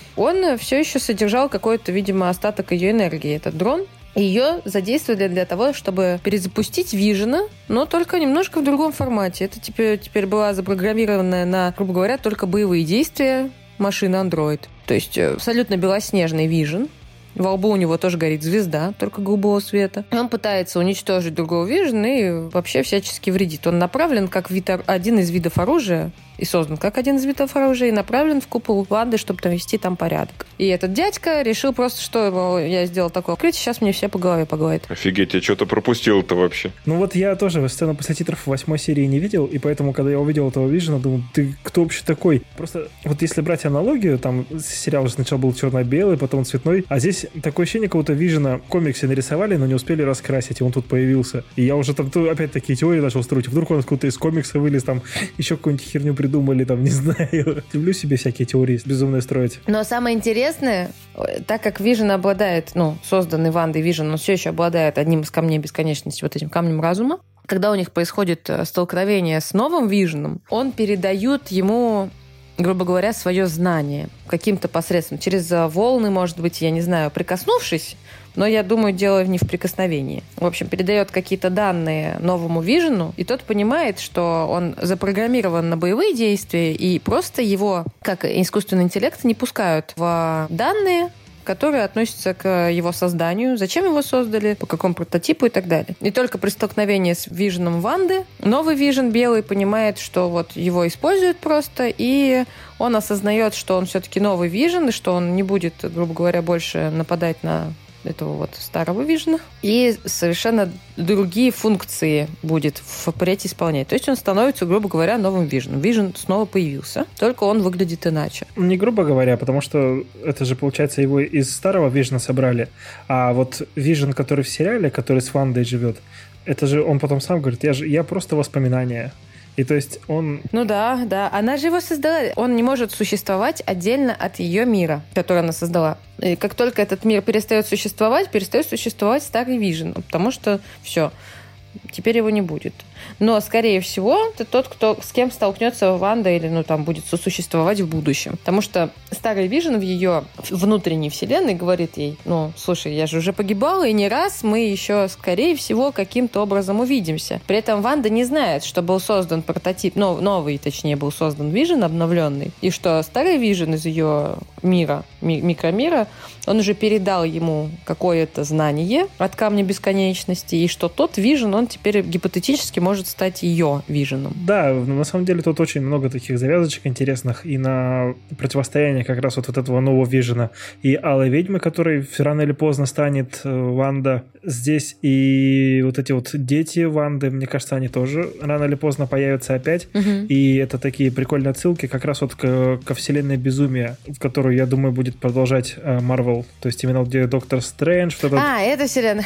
Он все еще содержал какой-то, видимо, остаток ее энергии, этот дрон. Ее задействовали для того, чтобы перезапустить Вижена, но только немножко в другом формате. Это теперь, теперь была запрограммированная на, грубо говоря, только боевые действия машина Android. То есть абсолютно белоснежный Vision. Во лбу у него тоже горит звезда, только голубого цвета. Он пытается уничтожить другого Vision и вообще всячески вредит. Он направлен как вид, один из видов оружия, и создан как один из видов оружия, и направлен в купол Ванды, чтобы навести там порядок. И этот дядька решил просто, что мол, я сделал такое открытие, сейчас мне все по голове погладят.
Офигеть, я что-то пропустил-то вообще.
Ну вот я тоже сцену после титров восьмой серии не видел, и поэтому, когда я увидел этого Вижена, думаю, ты кто вообще такой? Просто вот если брать аналогию, там сериал же сначала был черно-белый, потом цветной, а здесь такое ощущение, как будто Вижена в комиксе нарисовали, но не успели раскрасить, и он тут появился. И я уже там опять такие теории начал строить. Вдруг он откуда-то из комикса вылез, там еще какую-нибудь херню придумали, там, не знаю. Люблю себе всякие теории безумные строить.
Но самое интересное, так как Vision обладает, ну, созданный Вандой Vision, он все еще обладает одним из камней бесконечности, вот этим камнем разума, когда у них происходит столкновение с новым Vision, он передает ему, грубо говоря, свое знание каким-то посредством. Через волны, может быть, я не знаю, прикоснувшись, но я думаю, дело не в прикосновении. В общем, передает какие-то данные новому Вижену, и тот понимает, что он запрограммирован на боевые действия, и просто его, как искусственный интеллект, не пускают в данные, которые относятся к его созданию, зачем его создали, по какому прототипу и так далее. И только при столкновении с Виженом Ванды новый Vision белый понимает, что вот его используют просто, и он осознает, что он все-таки новый Vision, и что он не будет, грубо говоря, больше нападать на этого вот старого Вижена, и совершенно другие функции будет впредь исполнять. То есть он становится, грубо говоря, новым Виженом. Вижен снова появился, только он выглядит иначе.
Не грубо говоря, потому что это же, получается, его из старого Вижена собрали, а вот Вижен, который в сериале, который с Вандой живет, это же он потом сам говорит, я, же, я просто воспоминание. И то есть он...
Ну да, да. Она же его создала. Он не может существовать отдельно от ее мира, который она создала. И как только этот мир перестает существовать, перестает существовать старый Vision, потому что все, теперь его не будет. Но, скорее всего, это тот, кто с кем столкнется Ванда или, ну, там, будет сосуществовать в будущем. Потому что старый Vision в ее внутренней вселенной говорит ей, ну, слушай, я же уже погибала, и не раз мы еще, скорее всего, каким-то образом увидимся. При этом Ванда не знает, что был создан прототип, ну, новый, точнее, был создан Vision обновленный, и что старый Vision из ее мира, ми- микромира, он уже передал ему какое-то знание от камня бесконечности, и что тот Vision, он теперь гипотетически может может стать ее Виженом.
Да, на самом деле тут очень много таких завязочек интересных и на противостояние как раз вот, вот этого нового Вижена и Алой Ведьмы, которой рано или поздно станет Ванда здесь, и вот эти вот дети Ванды, мне кажется, они тоже рано или поздно появятся опять, угу. И это такие прикольные отсылки как раз вот к, ко вселенной безумия, в которую, я думаю, будет продолжать Марвел, то есть именно где Доктор Стрэндж, что-то...
А, это вселенная.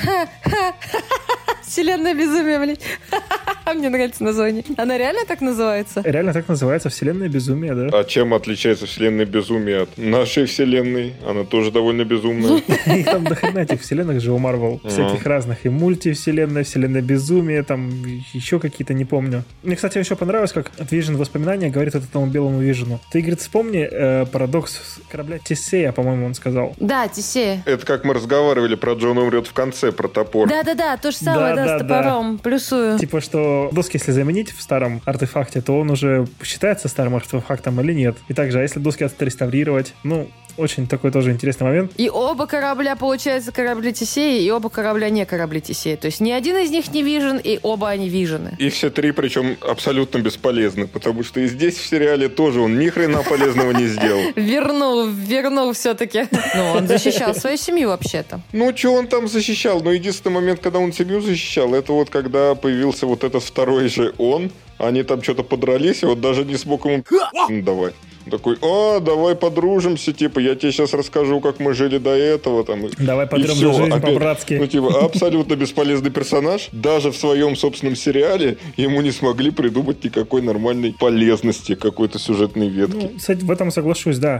Вселенная безумия, блядь. Мне нравится название. Она реально так называется?
Реально так называется, вселенная безумия, да.
А чем отличается вселенная безумия от нашей вселенной? Она тоже довольно безумная.
И там дохрена этих вселенных же у Марвел. Всяких разных. И мультивселенная, вселенная безумия, там еще какие-то, не помню. Мне, кстати, еще понравилось, как Vision воспоминания говорит этому белому Вижену. Ты, говорит, вспомни э, парадокс корабля Тесея, по-моему, он сказал.
Да, Тесея.
Это как мы разговаривали про Джон умрет в конце, про топор.
Да-да-да, то же самое, да, да, с топором. Да. Плюсую.
Типа, что доски, если заменить в старом артефакте, то он уже считается старым артефактом или нет. И также, а если доски отреставрировать, ну, очень такой тоже интересный момент.
И оба корабля, получается, корабли Тесея, и оба корабля не корабли Тесея. То есть ни один из них не Vision, и оба они Вижены.
И все три, причем абсолютно бесполезны, потому что и здесь в сериале тоже он ни хрена полезного не сделал.
Вернул, вернул все-таки. Ну, он защищал свою семью вообще-то.
Ну, что он там защищал? Ну, единственный момент, когда он семью защищал, это вот когда появился вот этот второй же он, они там что-то подрались, и вот даже не смог ему давать. Такой, а, давай подружимся, типа, я тебе сейчас расскажу, как мы жили до этого. Там,
давай
и
подрем
все,
за жизнь
опять,
по-братски.
Ну, типа, абсолютно бесполезный персонаж. Даже в своем собственном сериале ему не смогли придумать никакой нормальной полезности, какой-то сюжетной ветки.
Ну, кстати, в этом соглашусь, да.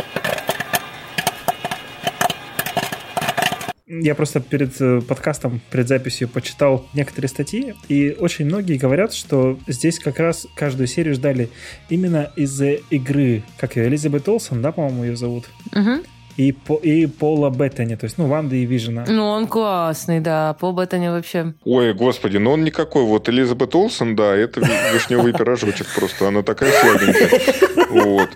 Я просто перед э, подкастом, перед записью почитал некоторые статьи, и очень многие говорят, что здесь как раз каждую серию ждали именно из-за игры, как ее, Элизабет Олсен, да, по-моему, ее зовут?
Угу.
И, по, и Пола Беттани, то есть, ну, Ванды и Вижена.
Ну, он классный, да. Пол Беттани вообще...
Ой, господи, ну он никакой. Вот Элизабет Олсен, да, это вишневый пирожочек просто. Она такая сладенькая. Вот.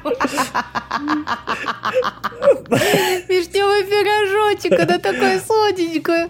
Вишневый пирожочек, она такая сладенькая.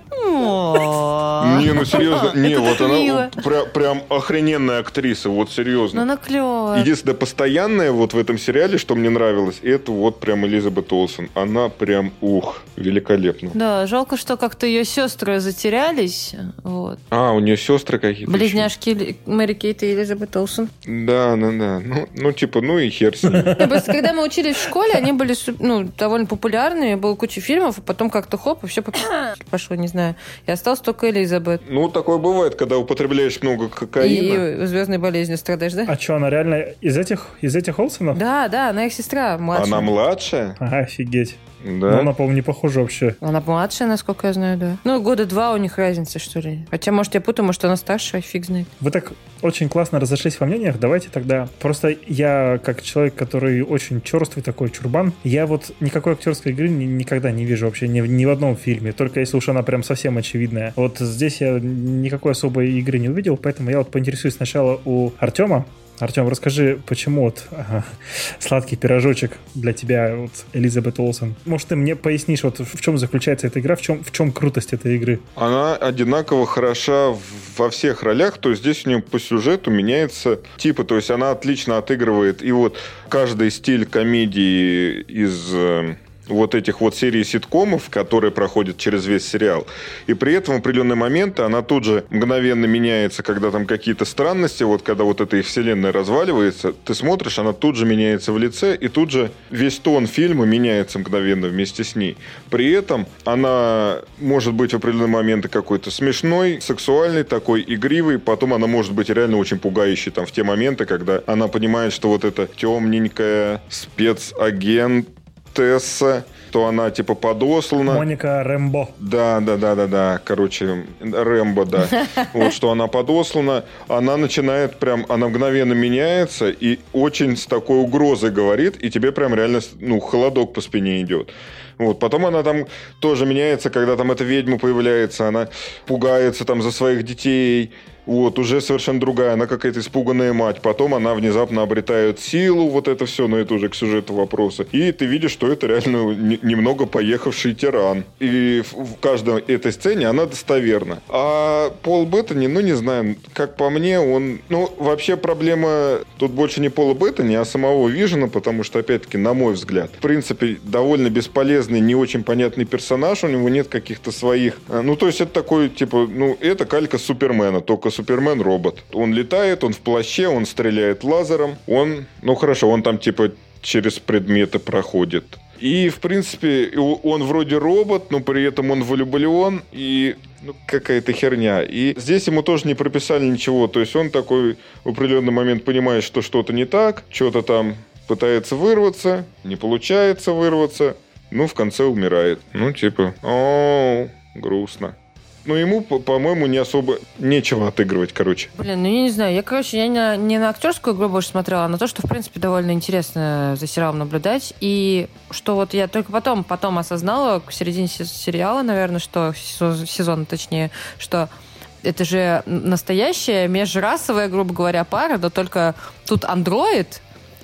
Не, ну серьезно. Не, вот она прям охрененная актриса, вот серьезно.
Она клевая.
Единственное, постоянное вот в этом сериале, что мне нравилось, это вот прям Элизабет Олсен. Она прям, ух, великолепна.
Да, жалко, что как-то ее сестры затерялись. Вот.
А, у нее сестры какие-то.
Близняшки еще. Мэри Кейт и Элизабет Олсен.
Да, да, да. Ну, ну типа, ну и хер с ним.
Просто когда мы учились в школе, они были ну, довольно популярные, было куча фильмов, а потом как-то хоп, и все пошло, не знаю. И осталась только Элизабет.
Ну, такое бывает, когда употребляешь много кокаина.
И звездной болезнью страдаешь, да?
А что, она реально из этих, из этих Олсенов?
Да, да, она их сестра младшая.
Она младшая?
Ага, офигеть.
Да.
Но она, по-моему, не похожа вообще.
Она младшая, насколько я знаю, да. Ну, года два у них разница, что ли. Хотя, может, я путаю, может, она старшая, фиг знает.
Вы так очень классно разошлись во мнениях. Давайте тогда... Просто я, как человек, который очень черствый такой, чурбан, я вот никакой актерской игры ни, никогда не вижу вообще ни, ни в одном фильме. Только если уж она прям совсем очевидная. Вот здесь я никакой особой игры не увидел, поэтому я вот поинтересуюсь сначала у Артема. Артем, расскажи, почему вот ага, сладкий пирожочек для тебя, вот, Элизабет Олсен? Может, ты мне пояснишь, вот в чем заключается эта игра, в чем, в чем крутость этой игры?
Она одинаково хороша во всех ролях, то есть здесь у нее по сюжету меняется типа, то есть она отлично отыгрывает, и вот каждый стиль комедии из... вот этих вот серий ситкомов, которые проходят через весь сериал. И при этом в определенные моменты она тут же мгновенно меняется, когда там какие-то странности, вот когда вот эта их вселенная разваливается, ты смотришь, она тут же меняется в лице, и тут же весь тон фильма меняется мгновенно вместе с ней. При этом она может быть в определенные моменты какой-то смешной, сексуальный, такой игривый, потом она может быть реально очень пугающей там в те моменты, когда она понимает, что вот эта темненькая спецагент Тесса, то она типа подослана.
Моника Рэмбо.
Да, да, да, да, да. Короче, Рэмбо, да. Вот что она подослана. Она начинает прям, она мгновенно меняется и очень с такой угрозой говорит, и тебе прям реально, ну, холодок по спине идет. Вот. Потом она там тоже меняется, когда там эта ведьма появляется, она пугается там за своих детей. Вот, уже совершенно другая, она какая-то испуганная мать. Потом она внезапно обретает силу, вот это все, но это уже к сюжету вопроса. И ты видишь, что это реально не, немного поехавший тиран. И в, в каждой этой сцене она достоверна. А Пол Беттани, ну не знаю, как по мне, он... Ну, вообще проблема тут больше не Пола Беттани, а самого Вижена, потому что, опять-таки, на мой взгляд, в принципе, довольно бесполезный, не очень понятный персонаж, у него нет каких-то своих... Ну, то есть это такой, типа, ну, это калька Супермена, только Супермен робот. Он летает, он в плаще, он стреляет лазером. Он, ну хорошо, он там типа через предметы проходит. И, в принципе, он вроде робот, но при этом он влюблен. И ну, какая-то херня. И здесь ему тоже не прописали ничего. То есть он такой в определенный момент понимает, что что-то не так. Что-то там пытается вырваться. Не получается вырваться. Ну, в конце умирает. Ну, типа, о, грустно. Но ему, по-моему, не особо нечего отыгрывать, короче.
Блин, ну я не знаю. Я, короче, я не, не на актерскую игру больше смотрела, а на то, что, в принципе, довольно интересно за сериалом наблюдать. И что вот я только потом, потом осознала, к середине сериала, наверное, что сезона, точнее, что это же настоящая межрасовая, грубо говоря, пара, но только тут андроид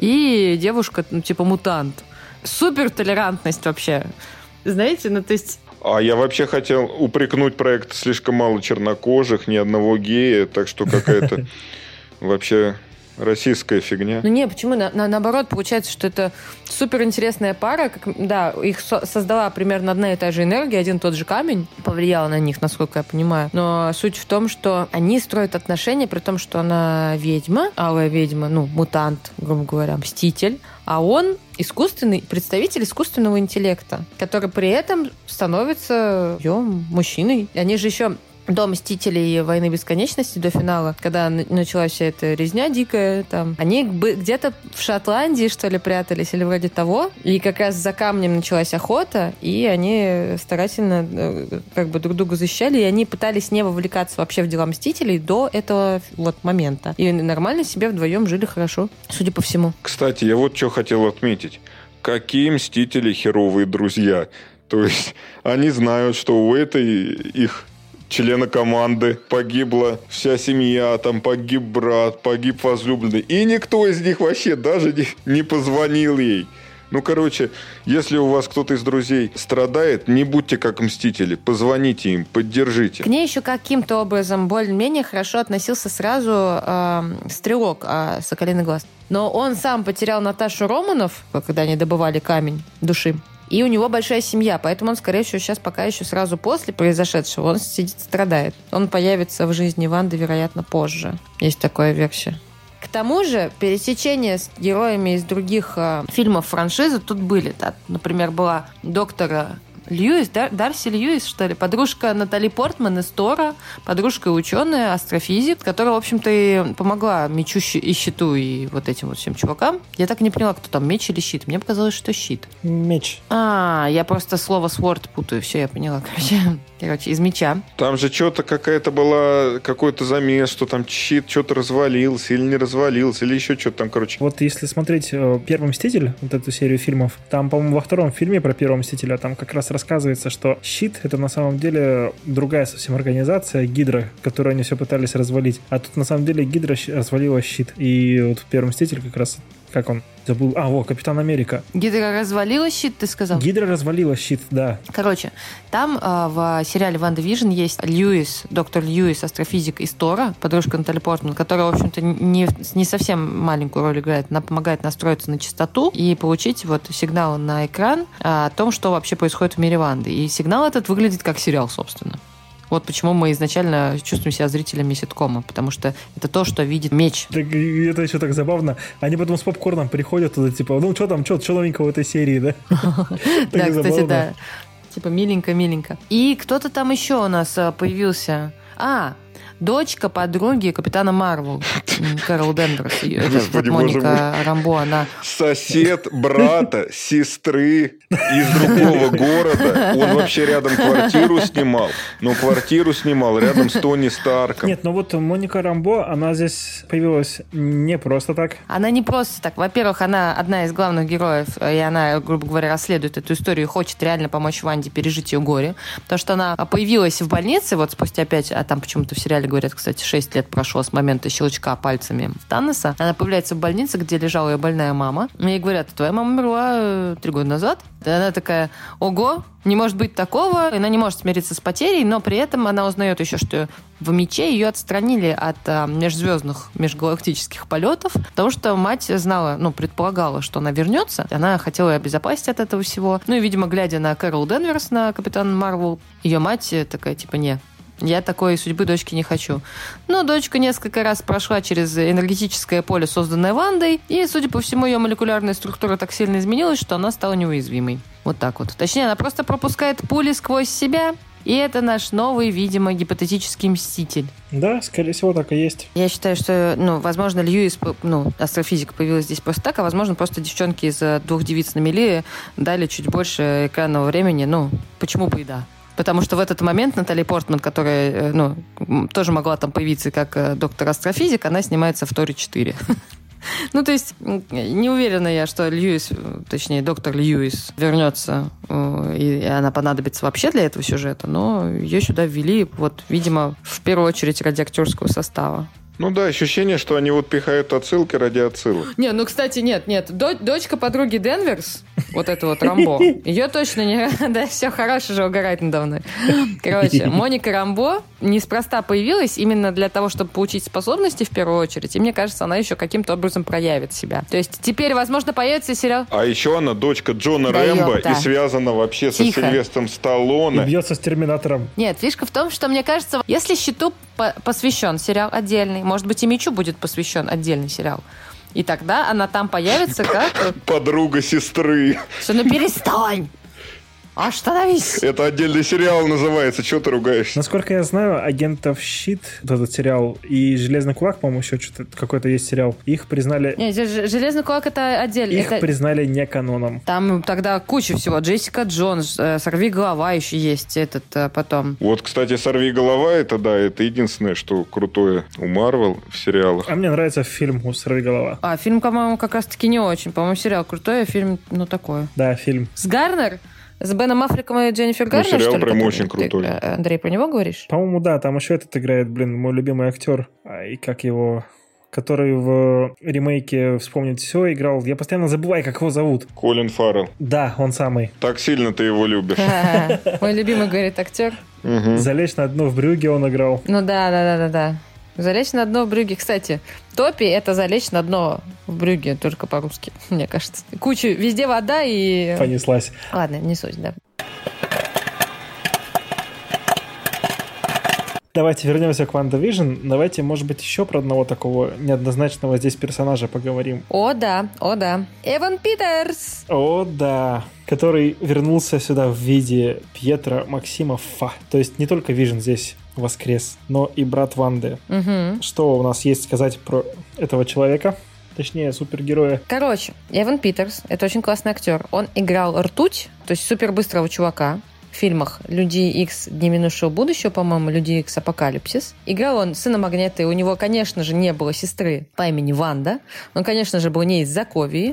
и девушка, ну, типа мутант. Супер толерантность вообще. Знаете, ну то есть...
А я вообще хотел упрекнуть проект слишком мало чернокожих, ни одного гея, так что какая-то вообще российская фигня.
Ну не, почему? На, на, наоборот, получается, что это суперинтересная пара. Как, да, их со- создала примерно одна и та же энергия, один и тот же камень повлиял на них, насколько я понимаю. Но суть в том, что они строят отношения, при том, что она ведьма, алая ведьма, ну, мутант, грубо говоря, мститель.
А он искусственный, представитель искусственного интеллекта, который при этом становится ее мужчиной. И они же еще до «Мстителей. Войны бесконечности», до финала, когда началась вся эта резня дикая, там, они где-то в Шотландии, что ли, прятались, или вроде того, и как раз за камнем началась охота, и они старательно как бы друг друга защищали, и они пытались не вовлекаться вообще в дела «Мстителей» до этого вот момента. И нормально себе вдвоем жили хорошо, судя по всему.
Кстати, я вот что хотел отметить. Какие «Мстители» херовые друзья. То есть они знают, что у этой их члена команды погибла вся семья, там погиб брат, погиб возлюбленный. И никто из них вообще даже не, не позвонил ей. Ну, короче, если у вас кто-то из друзей страдает, не будьте как Мстители. Позвоните им, поддержите.
К ней еще каким-то образом более-менее хорошо относился сразу э, Стрелок, э, Соколиный глаз. Но он сам потерял Наташу Романов, когда они добывали камень души. И у него большая семья, поэтому он, скорее всего, сейчас пока еще сразу после произошедшего он сидит, страдает. Он появится в жизни Ванды, вероятно, позже. Есть такая версия. К тому же, пересечения с героями из других э, фильмов франшизы тут были. Да? Например, была доктора Льюис, Дар- Дарси Льюис, что ли, подружка Натали Портман из Тора, подружка ученая, астрофизик, которая, в общем-то, и помогла мечу и щиту и вот этим вот всем чувакам. Я так и не поняла, кто там, меч или щит. Мне показалось, что щит.
Меч.
А, я просто слово sword путаю. Все, я поняла. Короче, короче из меча.
Там же что-то какая-то была, какой-то замес, что там щит что-то развалился или не развалился, или еще что-то там, короче.
Вот если смотреть э, «Первый Мститель», вот эту серию фильмов, там, по-моему, во втором фильме про Первого Мстителя, там как раз рассказывается, что щит — это на самом деле другая совсем организация, Гидра, которую они все пытались развалить. А тут на самом деле Гидра развалила щит. И вот Первый Мститель как раз, как он забыл? А, во, Капитан Америка.
Гидра развалила щит, ты сказал?
Гидра развалила щит, да.
Короче, там э, в сериале «Ванда Вижн» есть Льюис, доктор Льюис, астрофизик из Тора, подружка Натали Портман, которая, в общем-то, не, не совсем маленькую роль играет. Она помогает настроиться на частоту и получить вот сигнал на экран о том, что вообще происходит в мире Ванды. И сигнал этот выглядит как сериал, собственно. Вот почему мы изначально чувствуем себя зрителями ситкома, потому что это то, что видит меч.
Так, это еще так забавно. Они потом с попкорном приходят туда, типа, ну что там, что новенького в этой серии, да?
Да, кстати, да. Типа миленько-миленько. И кто-то там еще у нас появился. А, дочка подруги капитана Марвел, Кэрол Денверс.
Господи,
Моника Рамбо, она...
Сосед брата, сестры из другого города. Он вообще рядом квартиру снимал. Но квартиру снимал рядом с Тони Старком.
Нет, ну вот Моника Рамбо, она здесь появилась не просто так.
Она не просто так. Во-первых, она одна из главных героев, и она, грубо говоря, расследует эту историю и хочет реально помочь Ванде пережить ее горе. Потому что она появилась в больнице, вот спустя пять, а там почему-то в сериале говорят, кстати, шесть лет прошло с момента щелчка пальцами Таноса. Она появляется в больнице, где лежала ее больная мама. И ей говорят, твоя мама умерла три года назад. И она такая, ого, не может быть такого. Она не может смириться с потерей, но при этом она узнает еще, что в мече ее отстранили от а, межзвездных, межгалактических полетов, потому что мать знала, ну, предполагала, что она вернется. Она хотела ее обезопасить от этого всего. Ну и, видимо, глядя на Кэрол Денверс, на Капитана Марвел, ее мать такая, типа, не, я такой судьбы дочки не хочу. Но дочка несколько раз прошла через энергетическое поле, созданное Вандой, и, судя по всему, ее молекулярная структура так сильно изменилась, что она стала неуязвимой. Вот так вот. Точнее, она просто пропускает пули сквозь себя, и это наш новый, видимо, гипотетический Мститель.
Да, скорее всего, так и есть.
Я считаю, что, ну, возможно, Льюис, ну, астрофизика появилась здесь просто так, а, возможно, просто девчонки из «Двух девиц на мели» дали чуть больше экранного времени. Ну, почему бы и да. Потому что в этот момент Натали Портман, которая, ну, тоже могла там появиться как доктор-астрофизик, она снимается в Торе четыре. Ну, то есть, не уверена я, что Льюис, точнее, доктор Льюис вернется, и она понадобится вообще для этого сюжета, но ее сюда ввели, вот, видимо, в первую очередь ради актерского состава.
Ну да, ощущение, что они вот пихают отсылки ради отсылок.
Не, ну, кстати, нет, нет. Дочка подруги Денверс, вот это вот Рамбо, ее точно не... Да, все, хорошо же угорать надо мной. Короче, Моника Рамбо неспроста появилась именно для того, чтобы получить способности в первую очередь. И мне кажется, она еще каким-то образом проявит себя. То есть теперь, возможно, появится сериал...
А еще она дочка Джона да Рэмбо ёпта. И связана вообще Тихо. Со Сильвестром Сталлоне.
И бьется с Терминатором.
Нет, фишка в том, что, мне кажется, если «Щиту» посвящен сериал отдельный, может быть, и «Мечу» будет посвящен отдельный сериал, И тогда она там появится как...
Подруга сестры.
Что, ну перестань! Остановись!
Это отдельный сериал называется. Чего ты ругаешься?
Насколько я знаю, «Агентов Щит», вот этот сериал, и «Железный кулак», по-моему, еще что-то какой-то есть сериал, их признали...
Нет, «Железный кулак» — это отдельно.
Их
это...
признали не каноном.
Там тогда куча всего. Джессика Джонс, «Сорви голова» еще есть этот потом.
Вот, кстати, «Сорви голова» — это, да, это единственное, что крутое у Марвел в сериалах.
А мне нравится фильм у «Сорви голова».
А, фильм, по-моему, как раз-таки не очень. По-моему, сериал крутой, а фильм, ну, такое.
Да, фильм.
С Гарнер? С Беном Аффлеком и Дженнифер Гарнер,
ну, сериал
что ли?
прям
который?
очень крутой.
Ты, Андрей, про него говоришь?
По-моему, да, там еще этот играет, блин, мой любимый актер. А, и как его... Который в ремейке «Вспомнить все» играл. Я постоянно забываю, как его зовут.
Колин Фаррелл.
Да, он самый.
Так сильно ты его любишь.
Мой любимый, говорит, актер.
«Залечь на дно» в Брюгге он играл.
Ну да, да, да, да, да. «Залечь на дно в Брюгге». Кстати, «Топи» — это «залечь на дно в Брюгге», только по-русски, мне кажется. Куча, везде вода и...
Понеслась.
Ладно, не суть, да.
Давайте вернемся к «Ванда Вижн». Давайте, может быть, еще про одного такого неоднозначного здесь персонажа поговорим.
О, да, о, да. Эван Питерс!
О, да. Который вернулся сюда в виде Пьетро Максимофа. То есть не только Вижн здесь воскрес, но и брат Ванды.
Угу.
Что у нас есть сказать про этого человека? Точнее, супергероя.
Короче, Эван Питерс — это очень классный актер. Он играл Ртуть, то есть супербыстрого чувака в фильмах «Люди Икс. Дни минувшего будущего», по-моему, «Люди Икс. Апокалипсис». Играл он сына Магнета, и у него, конечно же, не было сестры по имени Ванда. Он, конечно же, был не из Заковии.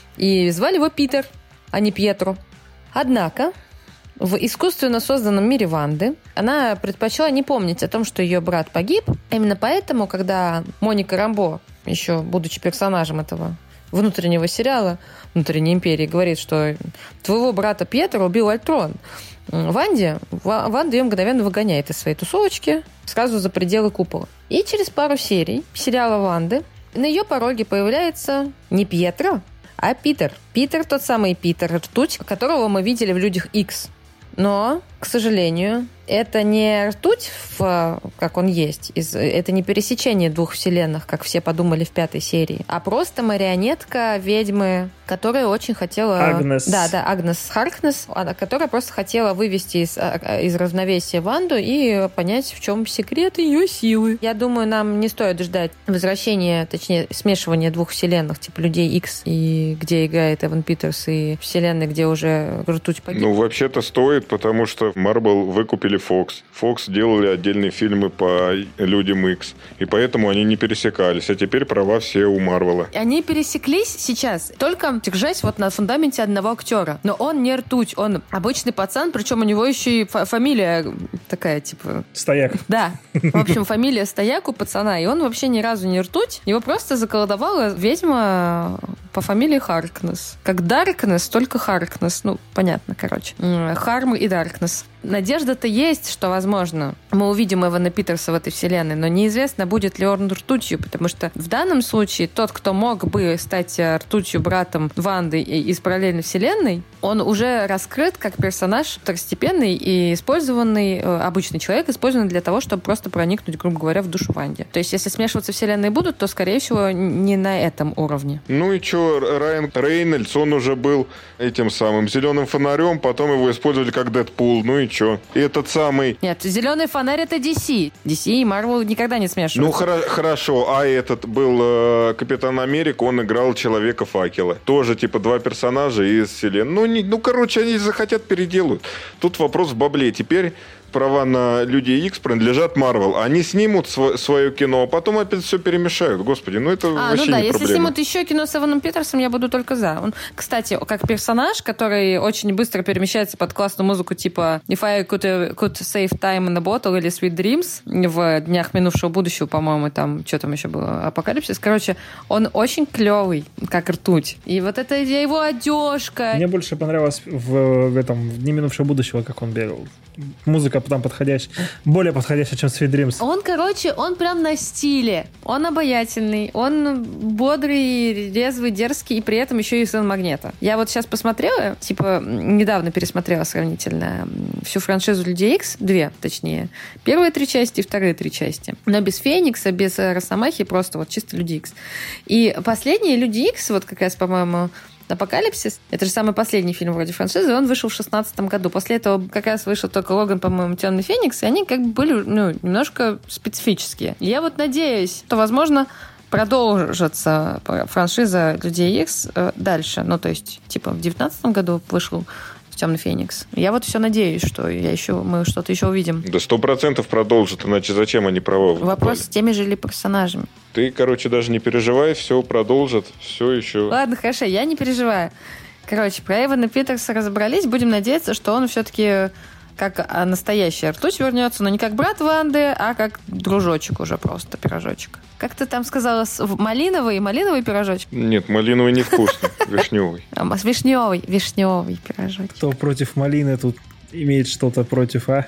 И звали его Питер, а не Пьетро. Однако в искусственно созданном мире Ванды она предпочла не помнить о том, что ее брат погиб. Именно поэтому, когда Моника Рамбо, еще будучи персонажем этого внутреннего сериала «Внутренней империи», говорит, что твоего брата Пьетро убил Альтрон, Ванде, Ванда ее мгновенно выгоняет из своей тусовочки сразу за пределы купола. И через пару серий сериала Ванды на ее пороге появляется не Пьетро, а Питер. Питер, тот самый Питер Ртуть, которого мы видели в «Людях Икс». Но, к сожалению, это не ртуть, в, как он есть, из, это не пересечение двух вселенных, как все подумали в пятой серии, а просто марионетка ведьмы, которая очень хотела...
Агнес.
Да, да, Агнес Харкнес, которая просто хотела вывести из, из равновесия Ванду и понять, в чем секрет ее силы. Я думаю, нам не стоит ждать возвращения, точнее, смешивания двух вселенных, типа «Людей Икс», и где играет Эван Питерс, и вселенной, где уже ртуть погиб.
Ну, вообще-то стоит, потому что Marvel выкупили Fox. Fox делали отдельные фильмы по Людям Икс. И поэтому они не пересекались. А теперь права все у Марвела.
Они пересеклись сейчас, только держась вот на фундаменте одного актера. Но он не ртуть, он обычный пацан, причем у него еще и фамилия такая, типа...
Стояк.
Да. В общем, фамилия Стояк у пацана. И он вообще ни разу не ртуть. Его просто заколдовала ведьма по фамилии Харкнес. Как Даркнес, только Харкнес. Ну, понятно, короче. Харм и Даркнес. Надежда-то есть, что, возможно, мы увидим Эвана Питерса в этой вселенной, но неизвестно, будет ли он ртутью, потому что в данном случае тот, кто мог бы стать ртутью братом Ванды из параллельной вселенной, он уже раскрыт как персонаж второстепенный и использованный, обычный человек, использованный для того, чтобы просто проникнуть, грубо говоря, в душу Ванде. То есть, если смешиваться вселенные будут, то, скорее всего, не на этом уровне.
Ну и что, Райан Рейнольдс, он уже был этим самым зеленым фонарем, потом его использовали как Дэдпул, ну и что? И этот самый...
Нет, зеленый фонарь — это ди си. ди си и Marvel никогда не смешиваются.
Ну, хора- хорошо, а этот был э, Капитан Америка, он играл Человека-факела. Тоже, типа, два персонажа из вселенной. Ну, не, ну, короче, они захотят, переделают. Тут вопрос в бабле. Теперь права на Людей Икс принадлежат Марвел. Они снимут св- свое кино, а потом опять все перемешают. Господи, ну это
а,
вообще
ну да,
не
если
проблема.
снимут еще кино с Эваном Питерсом, я буду только за. Он, кстати, как персонаж, который очень быстро перемещается под классную музыку типа If I could, could save time in a bottle или Sweet Dreams в Днях минувшего будущего, по-моему, там, что там еще было, Апокалипсис. Короче, он очень клевый, как ртуть. И вот это его одежка.
Мне больше понравилось в, в этом в Дни минувшего будущего, как он бегал. Музыка там подходящий, более подходящий, чем Sweet Dreams.
Он, короче, он прям на стиле. Он обаятельный, он бодрый, резвый, дерзкий, и при этом еще и сын Магнета. Я вот сейчас посмотрела, типа, недавно пересмотрела сравнительно всю франшизу Людей Икс, две, точнее. Первые три части и вторые три части. Но без Феникса, без Росомахи, просто вот чисто Люди Икс. И последние Люди Икс, вот как раз, по-моему, Апокалипсис, это же самый последний фильм вроде франшизы, он вышел в шестнадцатом году. После этого как раз вышел только Логан, по-моему, Темный Феникс, и они как бы были, ну, немножко специфические. Я вот надеюсь, что, возможно, продолжится франшиза Людей Икс дальше. Ну, то есть, типа, в девятнадцатом году вышел Темный Феникс. Я вот все надеюсь, что я еще, мы что-то еще увидим.
Да сто процентов продолжат, иначе зачем они права выкупали?
Вопрос с теми же ли персонажами.
Ты, короче, даже не переживай, все продолжат, все еще.
Ладно, хорошо, я не переживаю. Короче, про Эвана Питерса разобрались. Будем надеяться, что он все-таки как настоящий ртуть вернется, но не как брат Ванды, а как дружочек уже просто, пирожочек. Как ты там сказала, малиновый, малиновый пирожочек?
Нет, малиновый невкусный, вишневый.
Вишневый, вишневый пирожочек.
Кто против малины тут имеет что-то против, а?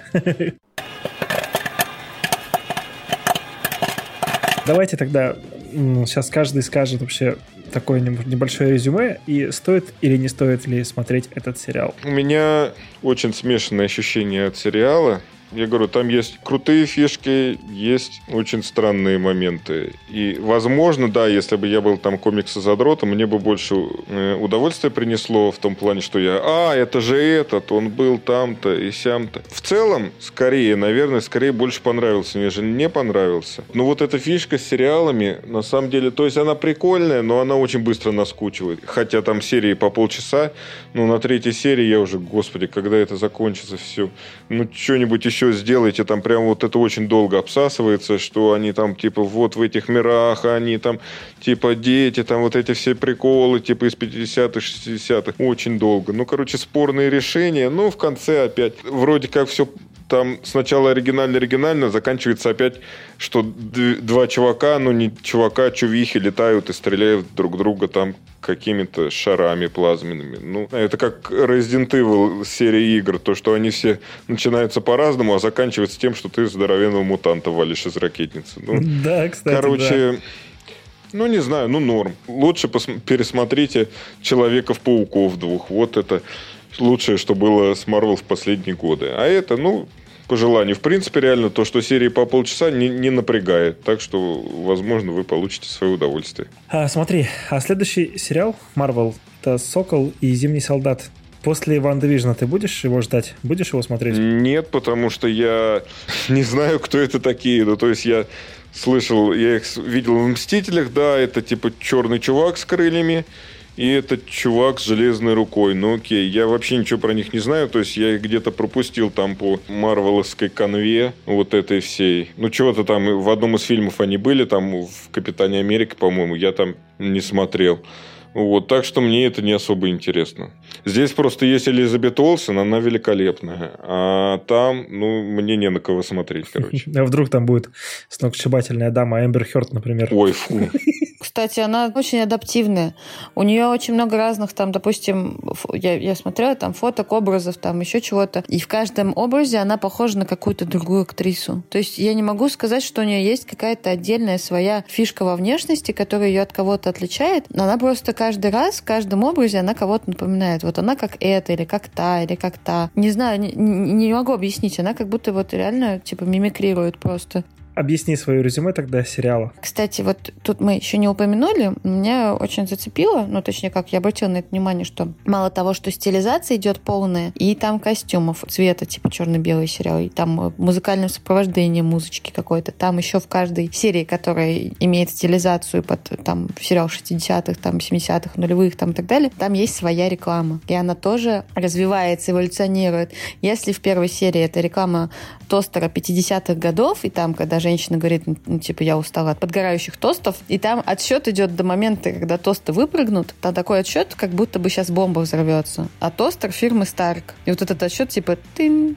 Давайте тогда сейчас каждый скажет вообще такое небольшое резюме, и стоит или не стоит ли смотреть этот сериал.
У меня очень смешанные ощущения от сериала. Я говорю, там есть крутые фишки, есть очень странные моменты. И, возможно, да, если бы я был там комиксозадротом, мне бы больше э, удовольствия принесло в том плане, что я, а, это же этот, он был там-то и сям-то. В целом, скорее, наверное, скорее больше понравился, нежели не понравился. Но вот эта фишка с сериалами, на самом деле, то есть она прикольная, но она очень быстро наскучивает. Хотя там серии по полчаса, но на третьей серии я уже, господи, когда это закончится, все. Ну, что-нибудь еще сделайте, там прям вот это очень долго обсасывается, что они там типа вот в этих мирах, они там типа дети, там вот эти все приколы типа из пятидесятых, шестидесятых, очень долго. Ну, короче, спорные решения, но в конце опять вроде как все там сначала оригинально-оригинально, заканчивается опять, что д- два чувака, ну не чувака, а чувихи летают и стреляют друг друга там какими-то шарами плазменными. Ну, это как Resident Evil серия игр, то, что они все начинаются по-разному, а заканчиваются тем, что ты здоровенного мутанта валишь из ракетницы. Ну,
да, кстати,
короче,
да.
Ну, не знаю, ну норм. Лучше пос- пересмотрите Человеков-пауков двух. Вот это лучшее, что было с Marvel в последние годы. А это, ну, по желанию. В принципе, реально, то, что серии по полчаса не, не напрягает. Так что, возможно, вы получите свое удовольствие.
А, смотри, а следующий сериал Marvel — это «Сокол» и «Зимний солдат». После Ван Дивижна ты будешь его ждать? Будешь его смотреть?
Нет, потому что я не знаю, кто это такие. Ну, то есть я слышал, я их видел в «Мстителях», да, это типа черный чувак с крыльями, и этот чувак с железной рукой. Ну, окей, я вообще ничего про них не знаю, то есть я их где-то пропустил там по марвеловской конве вот этой всей. Ну, чего-то там в одном из фильмов они были, там в «Капитане Америка», по-моему, я там не смотрел. Вот, так что мне это не особо интересно. Здесь просто есть Элизабет Олсен, она великолепная. А там, ну, мне не на кого смотреть, короче.
А вдруг там будет сногсшибательная дама Эмбер Хёрд, например.
Ой, фу.
Кстати, она очень адаптивная. У нее очень много разных, там, допустим, я, я смотрела, там, фоток, образов, там, еще чего-то. И в каждом образе она похожа на какую-то другую актрису. То есть я не могу сказать, что у нее есть какая-то отдельная своя фишка во внешности, которая ее от кого-то отличает. Она просто каждый раз, в каждом образе она кого-то напоминает. Вот она как эта, или как та, или как та. Не знаю, не, не могу объяснить. Она как будто вот реально, типа, мимикрирует просто.
Объясни свое резюме тогда сериала.
Кстати, вот тут мы еще не упомянули, меня очень зацепило, ну, точнее, как я обратила на это внимание, что мало того, что стилизация идет полная, и там костюмов цвета, типа черно-белый сериал, и там музыкальное сопровождение музычки какой-то, там еще в каждой серии, которая имеет стилизацию под там сериал шестидесятых, там семидесятых, нулевых, там и так далее, там есть своя реклама, и она тоже развивается, эволюционирует. Если в первой серии это реклама тостера пятидесятых годов, и там, когда женщина говорит, ну, типа, я устала от подгорающих тостов, и там отсчет идет до момента, когда тосты выпрыгнут, там такой отсчет, как будто бы сейчас бомба взорвется. А тостер фирмы Stark. И вот этот отсчет, типа, тын,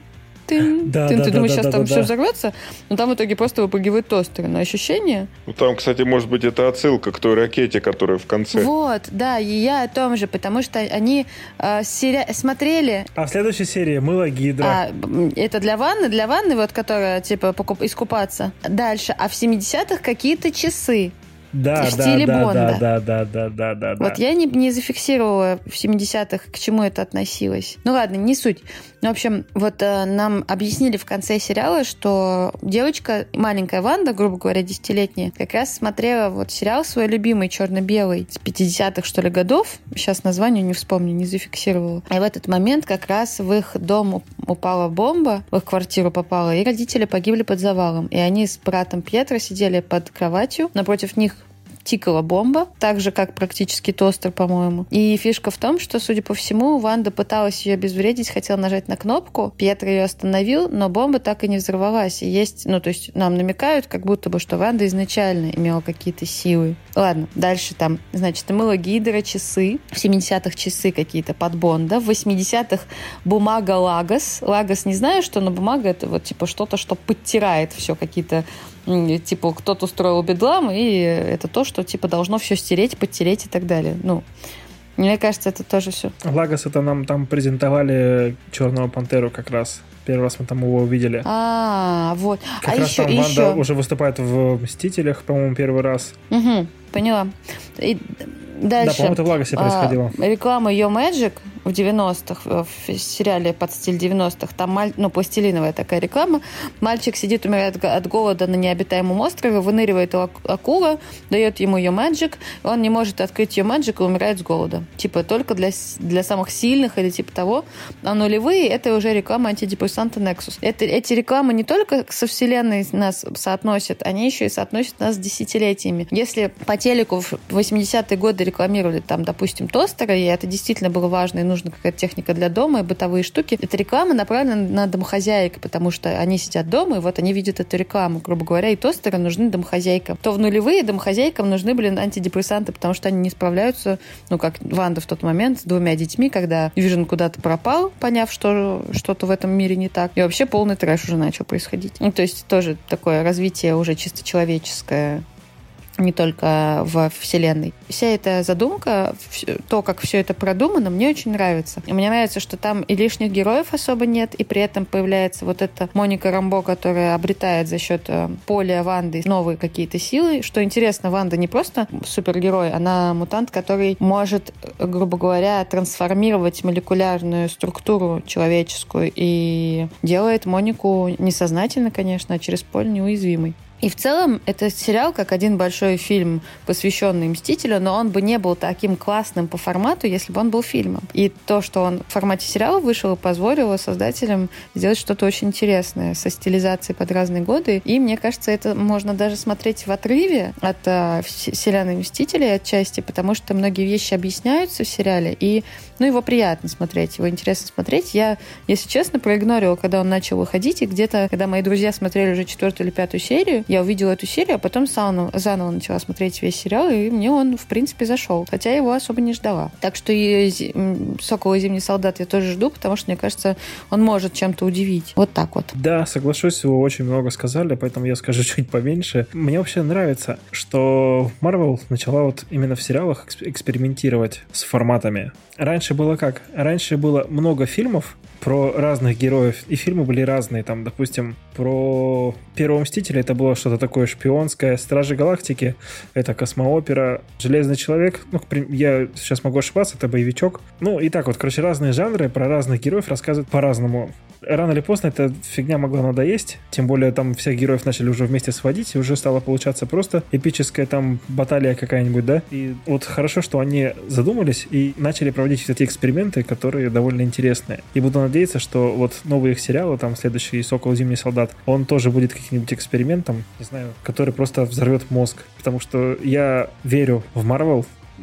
ты,
Да,
ты,
да,
ты
да,
думаешь,
да,
сейчас
да,
там
да,
все
да.
взорвется, но там в итоге просто выпрыгивают тостеры. Но ощущение...
Ну, там, кстати, может быть, это отсылка к той ракете, которая в конце.
Вот, да, и я о том же, потому что они э, сери- смотрели...
А в следующей серии мыло гидра.
А, это для ванны, для ванны, вот, которая, типа, покуп- искупаться. Дальше. А в семидесятых какие-то часы.
Да,
в
да,
стиле
да,
Бонда.
да, да, да, да, да, да.
Вот я не, не зафиксировала в семидесятых, к чему это относилось. Ну ладно, не суть. Ну, в общем, вот э, нам объяснили в конце сериала, что девочка, маленькая Ванда, грубо говоря, десятилетняя, как раз смотрела вот сериал свой любимый, черно-белый, с пятидесятых, что ли, годов. Сейчас название не вспомню, не зафиксировала. И в этот момент как раз в их дом упала бомба, в их квартиру попала, и родители погибли под завалом. И они с братом Пьетро сидели под кроватью, напротив них тикала бомба, так же, как практически тостер, по-моему. И фишка в том, что, судя по всему, Ванда пыталась ее обезвредить, хотела нажать на кнопку, Пьетро ее остановил, но бомба так и не взорвалась. И есть, ну, то есть нам намекают, как будто бы, что Ванда изначально имела какие-то силы. Ладно, дальше там, значит, мыло гидра, часы, в семидесятых часы какие-то под Бонда, в восьмидесятых бумага Лагос. Лагос не знаю, что, но бумага это вот типа что-то, что подтирает все, какие-то типа кто-то устроил бедлам, и это то, что типа должно все стереть, подтереть и так далее. Ну, мне кажется, это тоже все.
Лагос, это нам там презентовали Черного Пантеру как раз. Первый раз мы там его увидели.
А, вот.
Как
а
раз
еще,
там Ванда
еще...
уже выступает в «Мстителях», по-моему, первый раз.
Угу, поняла. И дальше.
Да, по-моему, это в Лагосе происходило.
А, реклама Yo Magic в девяностых, в сериале под стиль девяностых, там, маль... ну, пластилиновая такая реклама. Мальчик сидит, умирает от голода на необитаемом острове, выныривает акула, дает ему Yo Magic, он не может открыть Yo Magic и умирает с голода. Типа только для, для самых сильных или типа того. А нулевые — это уже реклама антидепрессанта Nexus. Это, эти рекламы не только со вселенной нас соотносят, они еще и соотносят нас с десятилетиями. Если по телеку в восьмидесятые годы рекламировали там, допустим, тостеры, и это действительно было важно, и нужна какая-то техника для дома и бытовые штуки, эта реклама направлена на домохозяек, потому что они сидят дома, и вот они видят эту рекламу, грубо говоря, и тостеры нужны домохозяйкам. То в нулевые домохозяйкам нужны были антидепрессанты, потому что они не справляются, ну, как Ванда в тот момент, с двумя детьми, когда Вижн куда-то пропал, поняв, что что-то в этом мире не так, и вообще полный трэш уже начал происходить. Ну, то есть тоже такое развитие уже чисто человеческое, не только во вселенной. Вся эта задумка, то, как все это продумано, мне очень нравится. И мне нравится, что там и лишних героев особо нет, и при этом появляется вот эта Моника Рамбо, которая обретает за счет поля Ванды новые какие-то силы. Что интересно, Ванда не просто супергерой, она мутант, который может, грубо говоря, трансформировать молекулярную структуру человеческую и делает Монику несознательно, конечно, а через поле неуязвимой. И в целом это сериал как один большой фильм, посвященный Мстителю, но он бы не был таким классным по формату, если бы он был фильмом. И то, что он в формате сериала вышел, позволило создателям сделать что-то очень интересное со стилизацией под разные годы. И мне кажется, это можно даже смотреть в отрыве от э, вселенной Мстителей отчасти, потому что многие вещи объясняются в сериале, и ну, его приятно смотреть, его интересно смотреть. Я, если честно, проигнорила, когда он начал выходить, и где-то, когда мои друзья смотрели уже четвертую или пятую серию, я увидела эту серию, а потом заново, заново начала смотреть весь сериал, и мне он, в принципе, зашел. Хотя его особо не ждала. Так что и «Сокол и Зимний солдат» я тоже жду, потому что, мне кажется, он может чем-то удивить. Вот так вот.
Да, соглашусь, вы очень много сказали, поэтому я скажу чуть поменьше. Мне вообще нравится, что Marvel начала вот именно в сериалах экспериментировать с форматами. Раньше было как? Раньше было много фильмов про разных героев, и фильмы были разные. Там, допустим, про Первого Мстителя это было что-то такое шпионское, Стражи Галактики это космоопера, Железный Человек, ну, я сейчас могу ошибаться, это боевичок. Ну, и так вот, короче, разные жанры про разных героев рассказывают по-разному. Рано или поздно эта фигня могла надоесть, тем более там всех героев начали уже вместе сводить, и уже стало получаться просто эпическая там баталия какая-нибудь, да? И вот хорошо, что они задумались и начали проводить вот эти эксперименты, которые довольно интересные. И буду надеяться, что вот новые их сериалы, там следующий «Сокол и Зимний солдат», он тоже будет каким-нибудь экспериментом, не знаю, который просто взорвет мозг. Потому что я верю в Marvel,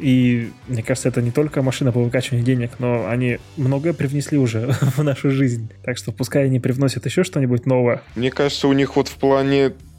и мне кажется, это не только машина по выкачиванию денег, но они многое привнесли уже в нашу жизнь. Так что пускай они привносят еще что-нибудь новое.
Мне кажется, у них вот в плане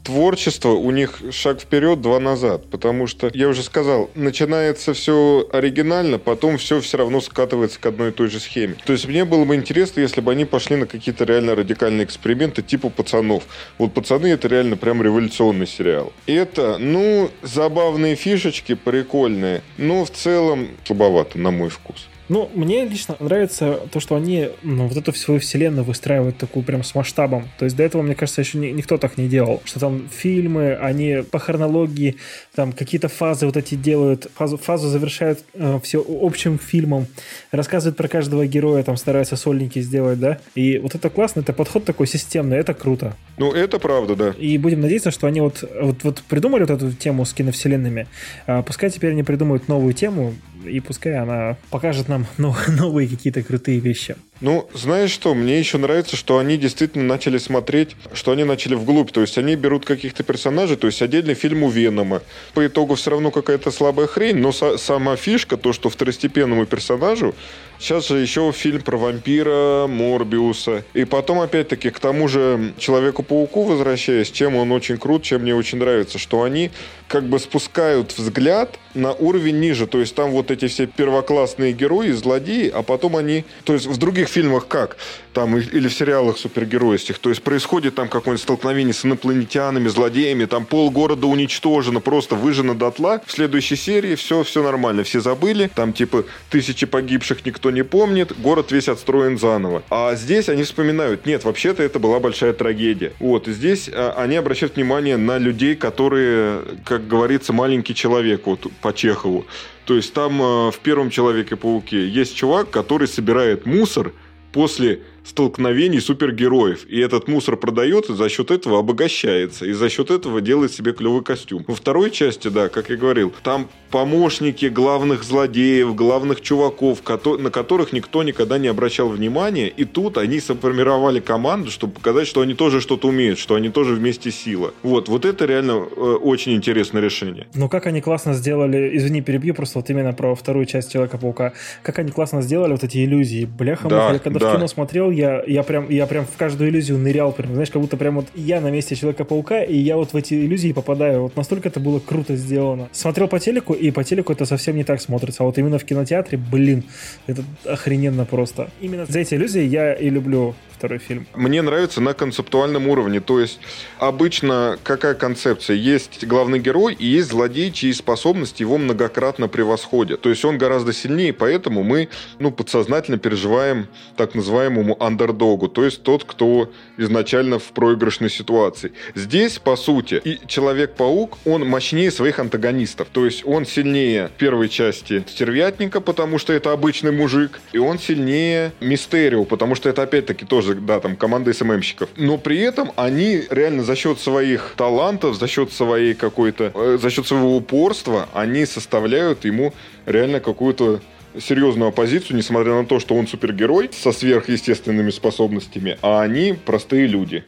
творчество у них шаг вперед, два назад. Потому что, я уже сказал, начинается все оригинально, потом все все равно скатывается к одной и той же схеме. То есть мне было бы интересно, если бы они пошли на какие-то реально радикальные эксперименты типа «Пацанов». Вот «Пацаны» — это реально прям революционный сериал. Это, ну, забавные фишечки, прикольные, но в целом слабовато, на мой вкус.
Ну, мне лично нравится то, что они ну, вот эту свою вселенную выстраивают такую прям с масштабом. То есть до этого, мне кажется, еще ни, никто так не делал. Что там фильмы, они по хронологии там какие-то фазы вот эти делают, фазу, фазу завершают э, все общим фильмом, рассказывают про каждого героя, там стараются сольники сделать, да. И вот это классно, это подход такой системный, это круто.
Ну, это правда, да.
И будем надеяться, что они вот, вот, вот придумали вот эту тему с киновселенными, а пускай теперь они придумают новую тему, и пускай она покажет нам новые какие-то крутые вещи.
Ну, знаешь что, мне еще нравится, что они действительно начали смотреть, что они начали вглубь, то есть они берут каких-то персонажей, то есть отдельный фильм у Венома. По итогу все равно какая-то слабая хрень, но са- сама фишка, то, что второстепенному персонажу, сейчас же еще фильм про вампира, Морбиуса, и потом опять-таки к тому же Человеку-пауку возвращаясь, чем он очень крут, чем мне очень нравится, что они как бы спускают взгляд на уровень ниже, то есть там вот эти все первоклассные герои, злодеи, а потом они, то есть в других фильмах как, там или в сериалах супергеройских, то есть происходит там какое-нибудь столкновение с инопланетянами, злодеями, там полгорода уничтожено, просто выжжено дотла, в следующей серии все, все нормально, все забыли, там типа тысячи погибших никто не помнит, город весь отстроен заново. А здесь они вспоминают, нет, вообще-то это была большая трагедия. Вот, и здесь а, они обращают внимание на людей, которые, как говорится, маленький человек, вот по Чехову. То есть там э, в первом Человеке-пауке есть чувак, который собирает мусор после столкновений супергероев. И этот мусор продает, и за счет этого обогащается. И за счет этого делает себе клевый костюм. Во второй части, да, как я говорил, там помощники главных злодеев, главных чуваков, на которых никто никогда не обращал внимания. И тут они сформировали команду, чтобы показать, что они тоже что-то умеют, что они тоже вместе сила. Вот, вот это реально э, очень интересное решение.
Ну, как они классно сделали, извини, перебью, просто вот именно про вторую часть Человека-паука, как они классно сделали вот эти иллюзии. Бляха, да, я когда да. в кино смотрел, я, я, прям, я прям в каждую иллюзию нырял, прям, знаешь, как будто прям вот я на месте Человека-паука, и я вот в эти иллюзии попадаю. Вот настолько это было круто сделано. Смотрел по телеку, и по телеку это совсем не так смотрится. А вот именно в кинотеатре, блин, это охрененно просто. Именно за эти иллюзии я и люблю второй фильм.
Мне нравится на концептуальном уровне. То есть обычно какая концепция? Есть главный герой и есть злодей, чьи способности его многократно превосходят. То есть он гораздо сильнее, поэтому мы ну, подсознательно переживаем так называемому андердогу, то есть тот, кто изначально в проигрышной ситуации. Здесь, по сути, и Человек-паук, он мощнее своих антагонистов. То есть он сильнее в первой части Стервятника, потому что это обычный мужик, и он сильнее Мистерио, потому что это опять-таки тоже да, там, команда эс эм эм-щиков. Но при этом они реально за счет своих талантов, за счет своей какой-то, э, за счет своего упорства, они составляют ему реально какую-то серьезную оппозицию, несмотря на то, что он супергерой со сверхъестественными способностями, а они простые люди.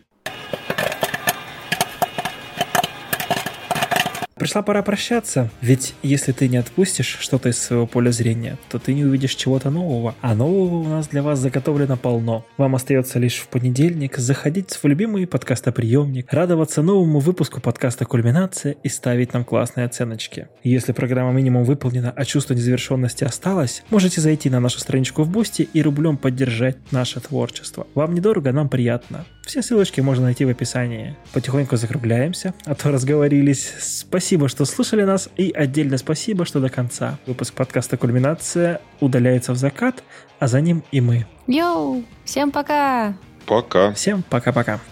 Пришла пора прощаться, ведь если ты не отпустишь что-то из своего поля зрения, то ты не увидишь чего-то нового, а нового у нас для вас заготовлено полно. Вам остается лишь в понедельник заходить в свой любимый подкастоприемник, радоваться новому выпуску подкаста «Кульминация» и ставить нам классные оценочки. Если программа минимум выполнена, а чувство незавершенности осталось, можете зайти на нашу страничку в Бусти и рублем поддержать наше творчество. Вам недорого, нам приятно. Все ссылочки можно найти в описании. Потихоньку закругляемся, а то разговорились. Спасибо, что слушали нас, и отдельно спасибо, что до конца. Выпуск подкаста «Кульминация» удаляется в закат, а за ним и мы.
Йоу! Всем пока!
Пока!
Всем пока-пока!